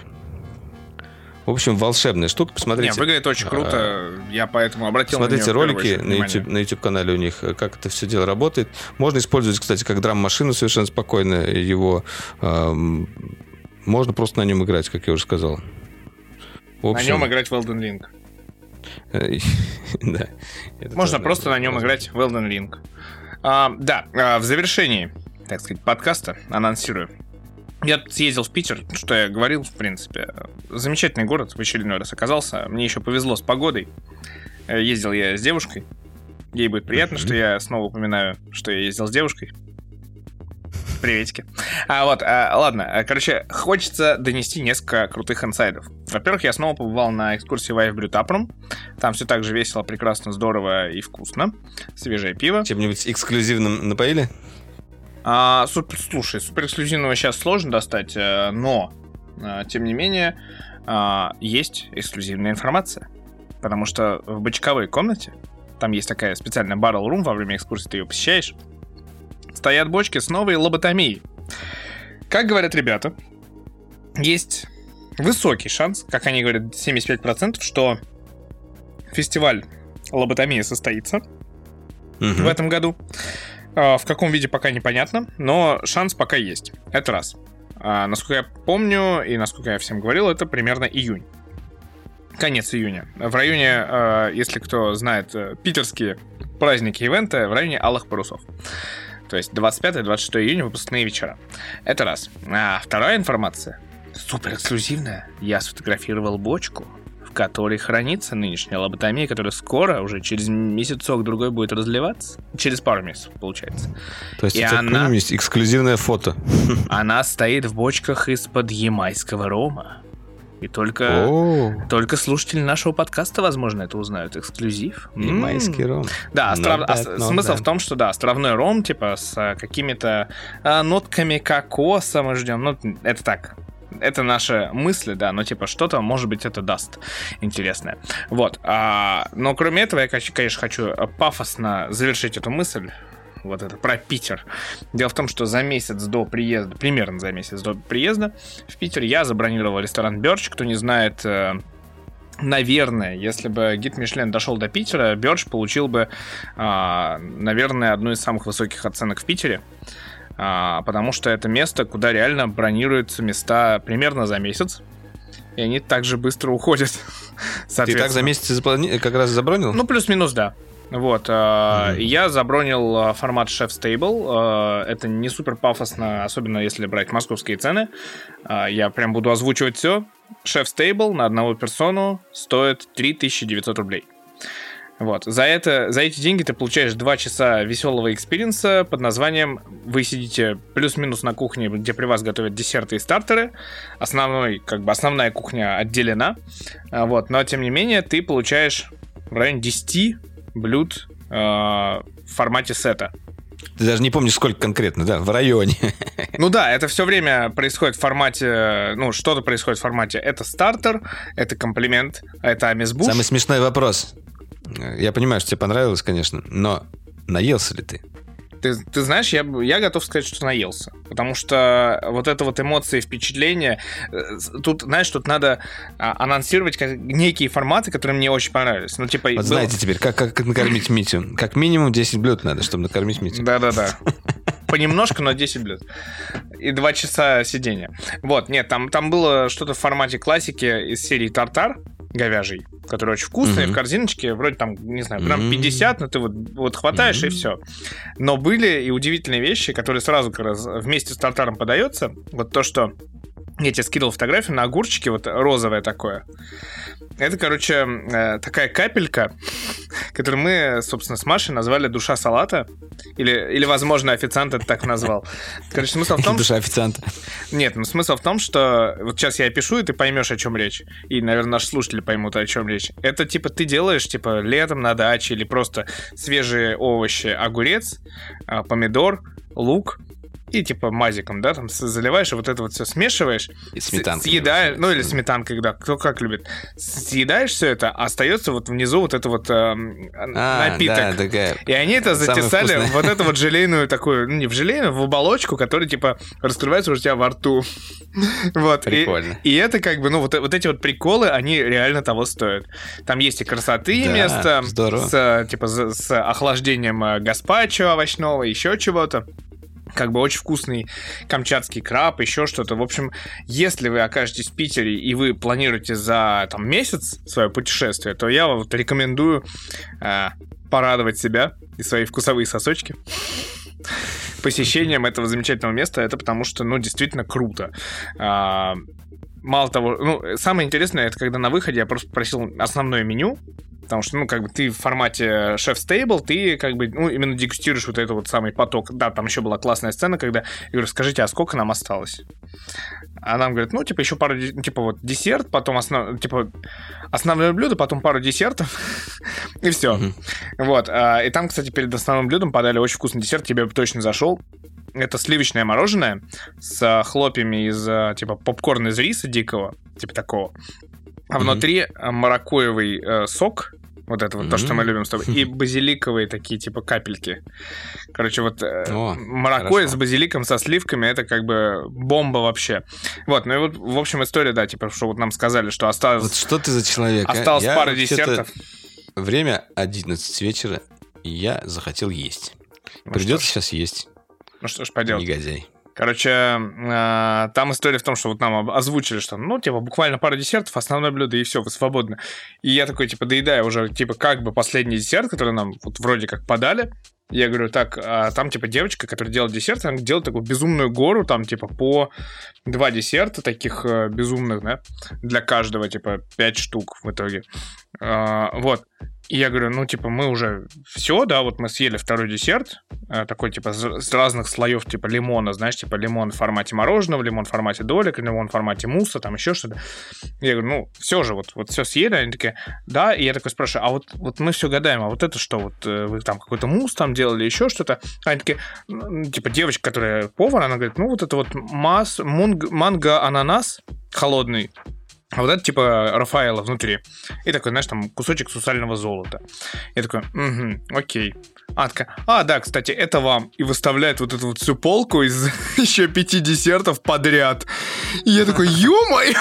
A: В общем, волшебная штука, посмотрите.
B: Не, выглядит очень круто, а, я поэтому обратил
A: смотрите
B: на него
A: ролики на YouTube, на YouTube-канале у них, как это все дело работает. Можно использовать, кстати, как драм-машину совершенно спокойно. Его эм, можно просто на нем играть, как я уже сказал.
B: В общем, на нем играть в Elden Ring.
A: Да.
B: Можно просто на нем играть в Elden Ring. А, да, а, в завершении, так сказать, подкаста анонсирую. Я съездил в Питер, что я говорил, в принципе. Замечательный город в очередной раз оказался. Мне еще повезло с погодой. Ездил я с девушкой. Ей будет приятно, что я снова упоминаю, что я ездил с девушкой. Приветики. А вот, а, ладно, короче, хочется донести несколько крутых инсайдов. Во-первых, я снова побывал на экскурсии Wife Brew Tap Room. Там все так же весело, прекрасно, здорово и вкусно. Свежее пиво.
A: Чем-нибудь эксклюзивным напоили?
B: А, супер, слушай, супер эксклюзивного сейчас сложно достать, но, тем не менее, есть эксклюзивная информация. Потому что в бочковой комнате, там есть такая специальная barrel room, во время экскурсии ты ее посещаешь, стоят бочки с новой лоботомией. Как говорят ребята, есть высокий шанс, как они говорят, семьдесят пять процентов, что фестиваль лоботомии состоится mm-hmm. в этом году. В каком виде пока непонятно, но шанс пока есть. Это раз. А, насколько я помню и насколько я всем говорил, это примерно июнь. Конец июня. В районе, если кто знает, питерские праздники ивенты, в районе Алых Парусов. То есть двадцать пятое - двадцать шестое июня выпускные вечера. Это раз. А вторая информация, супер эксклюзивная. Я сфотографировал бочку, в которой хранится нынешняя лоботомия, которая скоро, уже через месяцок-другой, будет разливаться. Через пару месяцев, получается.
A: То есть и у тебя она... есть эксклюзивное фото.
B: Она стоит в бочках из-под ямайского рома. И только, только слушатели нашего подкаста, возможно, это узнают. Эксклюзив.
A: И майский ром.
B: Да, остров... that, смысл that. в том, что да, островной ром, типа, с какими-то а, нотками кокоса мы ждем. Ну, это так. Это наши мысли, да, но типа что-то, может быть, это даст интересное. Вот. А, но кроме этого, я, конечно, хочу пафосно завершить эту мысль. Вот это про Питер. Дело в том, что за месяц до приезда, примерно за месяц до приезда в Питер я забронировал ресторан Бёрч. Кто не знает, наверное, если бы гид Мишлен дошел до Питера, Бёрч получил бы, наверное, одну из самых высоких оценок в Питере. Потому что это место, куда реально бронируются места примерно за месяц. И они так же быстро уходят.
A: Ты так за месяц заплани... как раз забронил?
B: Ну, плюс-минус, да. Вот, mm-hmm. я забронил формат Chef's Table. Это не супер пафосно, особенно если брать московские цены. Я прям буду озвучивать все. Chef's Table на одного персону стоит три тысячи девятьсот рублей. Вот, за, это, за эти деньги ты получаешь два часа веселого экспириенса под названием вы сидите плюс-минус на кухне, где при вас готовят десерты и стартеры. Основной, как бы основная кухня отделена. Вот, но тем не менее ты получаешь в районе десять блюд э, в формате сета.
A: Ты даже не помнишь, сколько конкретно, да, в районе.
B: Ну да, это все время происходит в формате, ну, что-то происходит в формате. Это стартер, это комплимент, это амисбуш.
A: Самый смешной вопрос. Я понимаю, что тебе понравилось, конечно, но наелся ли ты?
B: Ты, ты знаешь, я, я готов сказать, что наелся. Потому что вот это вот эмоции, впечатления. Тут, знаешь, тут надо а, анонсировать как, некие форматы, которые мне очень понравились. Ну, типа,
A: вот был... знаете теперь, как, как, как накормить Митю. Как минимум десять блюд надо, чтобы накормить Митю.
B: Да-да-да. Понемножку, но десять блюд. И два часа сидения. Вот, нет, там, там было что-то в формате классики из серии тартар говяжий, который очень вкусный, mm-hmm. в корзиночке, вроде там, не знаю, прям пятьдесят, но ты вот, вот хватаешь mm-hmm. и все. Но были и удивительные вещи, которые сразу как раз вместе с тартаром подается. Вот то, что я тебе скидывал фотографию на огурчике, вот розовое такое. Это, короче, такая капелька, которую мы, собственно, с Машей назвали душа салата. Или, или возможно, официант это так назвал. Короче, смысл в том...
A: Душа официанта.
B: Нет, ну смысл в том, что... Вот сейчас я опишу, и ты поймешь, о чем речь. И, наверное, наши слушатели поймут, о чем речь. Это, типа, ты делаешь, типа, летом на даче или просто свежие овощи. Огурец, помидор, лук... И типа мазиком, да, там заливаешь, и вот это вот все смешиваешь.
A: И сметанкой.
B: Съедаешь, ну или сметанкой, да, кто как любит. Съедаешь все это, а остается вот внизу вот это вот э, а, напиток. Да, такая... И они это затесали вот эту вот желейную такую, ну не в желейную, в оболочку, которая типа раскрывается уже у тебя во рту. Вот.
A: Прикольно.
B: И, и это как бы, ну вот, вот эти вот приколы, они реально того стоят. Там есть и красоты
A: да,
B: место,
A: здорово.
B: С, типа, с, с охлаждением гаспачо овощного, еще чего-то. Как бы очень вкусный камчатский краб, еще что-то. В общем, если вы окажетесь в Питере и вы планируете за там, месяц свое путешествие, то я вот рекомендую э, порадовать себя и свои вкусовые сосочки посещением этого замечательного места. Это потому что, ну, действительно круто. А, мало того, ну, самое интересное, это когда на выходе я просто просил основное меню. Потому что, ну, как бы ты в формате Chef's Table, ты как бы, ну, именно дегустируешь вот этот вот самый поток. Да, там еще была классная сцена, когда я говорю, скажите, а сколько нам осталось? А нам говорят, ну, типа, еще пару, типа, вот десерт, потом основ, типа, основное блюдо, потом пару десертов, и все. Mm-hmm. Вот. И там, кстати, перед основным блюдом подали очень вкусный десерт, тебе бы точно зашел. Это сливочное мороженое с хлопьями из, типа, попкорна из риса дикого, типа такого. А внутри mm-hmm. маракуевый э, сок, вот это вот mm-hmm. то, что мы любим с тобой, и базиликовые такие типа капельки. Короче, вот э, oh, маракуйя с базиликом, со сливками, это как бы бомба вообще. Вот, ну и вот, в общем, история, да, типа, что вот нам сказали, что осталось...
A: Вот что ты за человек,
B: Осталось
A: а?
B: пара десертов.
A: Время одиннадцать вечера, и я захотел есть.
B: Ну
A: Придется сейчас есть.
B: Ну что ж поделать.
A: Негодяй.
B: Короче, э, там история в том, что вот нам озвучили, что, ну, типа, буквально пару десертов, основное блюдо, и все, вы свободны. И я такой, типа, доедаю уже, типа, как бы последний десерт, который нам вот вроде как подали. Я говорю, так, а там, типа, девочка, которая делает десерт, она делает такую безумную гору, там, типа, по два десерта таких э, безумных, да, для каждого, типа, пять штук в итоге. А, вот. И я говорю, ну, типа, мы уже все, да, вот мы съели второй десерт, э, такой, типа, с разных слоев, типа, лимона, знаешь, типа, лимон в формате мороженого, лимон в формате долек, лимон в формате мусса, там еще что-то. Я говорю, ну, все же, вот, вот все съели, они такие, да, и я такой спрашиваю, а вот, вот мы все гадаем, а вот это что, вот э, вы там какой-то мусс там делали, еще что-то? Они такие, ну, типа, девочка, которая повар, она говорит, ну, вот это вот мас, мунг, манго-ананас холодный, а вот это типа Рафаэлло внутри. И такой, знаешь, там кусочек сусального золота. Я такой, угу, окей. А, такая, а, да, кстати, это вам. И выставляет вот эту вот всю полку из еще пяти десертов подряд. И я такой, ё-моё!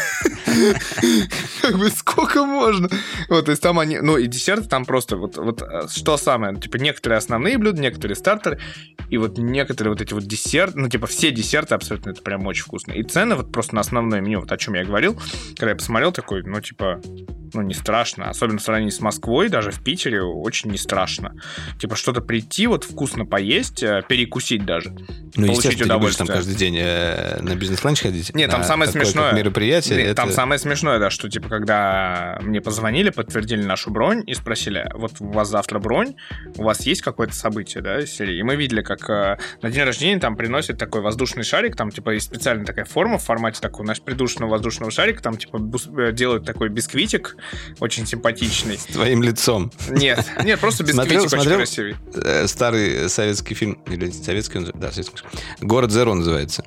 B: Как бы сколько можно? Вот, то есть там они... Ну, и десерты там просто вот, вот что самое? Типа некоторые основные блюда, некоторые стартеры. И вот некоторые вот эти вот десерты, ну, типа все десерты абсолютно, это прям очень вкусно. И цены вот просто на основное меню, вот о чем я говорил, когда я посмотрел, такой, ну, типа, ну, не страшно. Особенно в сравнении с Москвой, даже в Питере очень не страшно. Типа что-то прийти, вот вкусно поесть, перекусить даже.
A: Ну, естественно, ты не будешь там каждый день э, на бизнес-ланч ходить.
B: Нет, там самое смешное.
A: Мероприятие.
B: Нет,
A: это...
B: Там самое смешное, да, что, типа, когда мне позвонили, подтвердили нашу бронь и спросили, вот у вас завтра бронь, у вас есть какое-то событие, да, из серии? И мы видели, как э, на день рождения там приносят такой воздушный шарик, там, типа, есть специальная такая форма в формате такого, знаешь, придушенного воздушного шарика, там, типа, бус- делают такой бисквитик, очень симпатичный.
A: С твоим лицом.
B: Нет, нет, просто бисквитик
A: смотрел,
B: очень
A: смотрел
B: красивый.
A: Старый советский фильм, или советский, он, да, советский, «Город Зеро» называется.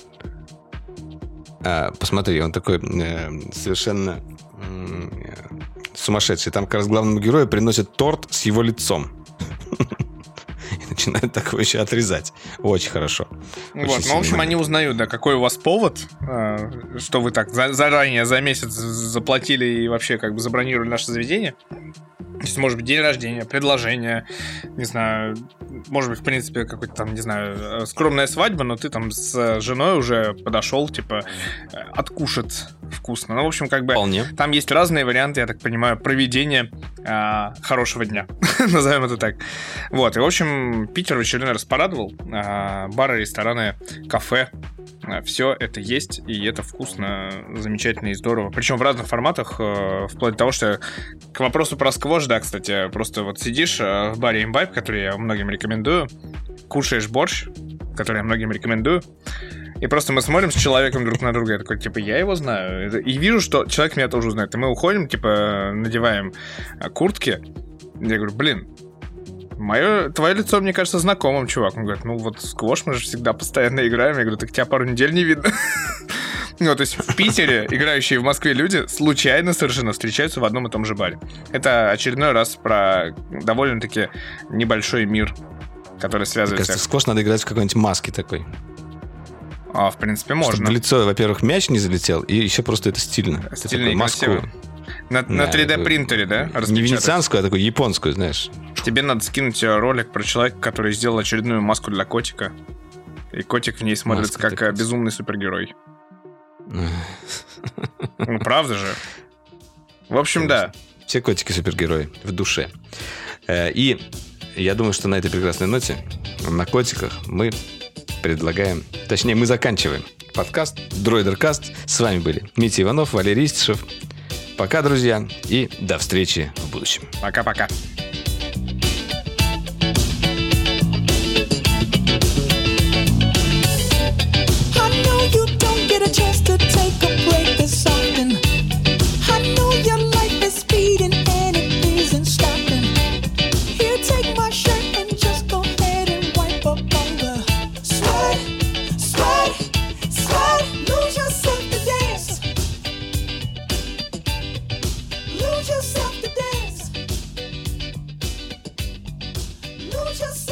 A: А, посмотри, он такой э, совершенно э, сумасшедший. Там как раз главному герою приносят торт с его лицом. И начинают так его еще отрезать. Очень хорошо.
B: Вот, ну, в общем, они узнают, да, какой у вас повод, э, что вы так за- заранее за месяц заплатили и вообще как бы забронировали наше заведение. То есть, может быть, день рождения, предложение, не знаю, может быть, в принципе, какой-то там, не знаю, скромная свадьба, но ты там с женой уже подошел, типа, откушать вкусно. Ну, в общем, как бы...
A: Вполне.
B: Там есть разные варианты, я так понимаю, проведения э, хорошего дня. Назовем это так. Вот, и, в общем, Питер в очередной раз порадовал. Э, бары, рестораны, кафе. Все это есть, и это вкусно, замечательно и здорово. Причем в разных форматах, э, вплоть до того, что к вопросу про сквош, да, кстати, просто вот сидишь э, в баре Imbibe, который я многим рекомендую, кушаешь борщ, который я многим рекомендую, и просто мы смотрим с человеком друг на друга, я такой, типа, я его знаю, и вижу, что человек меня тоже узнает, и мы уходим, типа, надеваем куртки, я говорю, блин, Мое, твое лицо, мне кажется, знакомым, чувак. Он говорит, ну вот сквош мы же всегда постоянно играем. Я говорю, так тебя пару недель не видно. Ну, то есть в Питере играющие в Москве люди случайно совершенно встречаются в одном и том же баре. Это очередной раз про довольно-таки небольшой мир, который связывает
A: Мне кажется,
B: всех.
A: сквош надо играть в какой-нибудь маске такой.
B: А, в принципе, можно.
A: Чтобы в лицо, во-первых, мяч не залетел, и еще просто это стильно.
B: Стильно и
A: маску.
B: красиво. На, да, на три дэ принтере, да?
A: Не венецианскую, а такую японскую, знаешь.
B: Тебе надо скинуть ролик про человека, который сделал очередную маску для котика. И котик в ней смотрится Маска как такая. Безумный супергерой. Ну, правда же? В общем, да.
A: Все котики супергерои в душе. И я думаю, что на этой прекрасной ноте, на котиках, мы предлагаем... Точнее, мы заканчиваем подкаст Дроидеркаст. С вами были Митя Иванов, Валерий Истишев. Пока, друзья, и до встречи в будущем.
B: Пока-пока. Just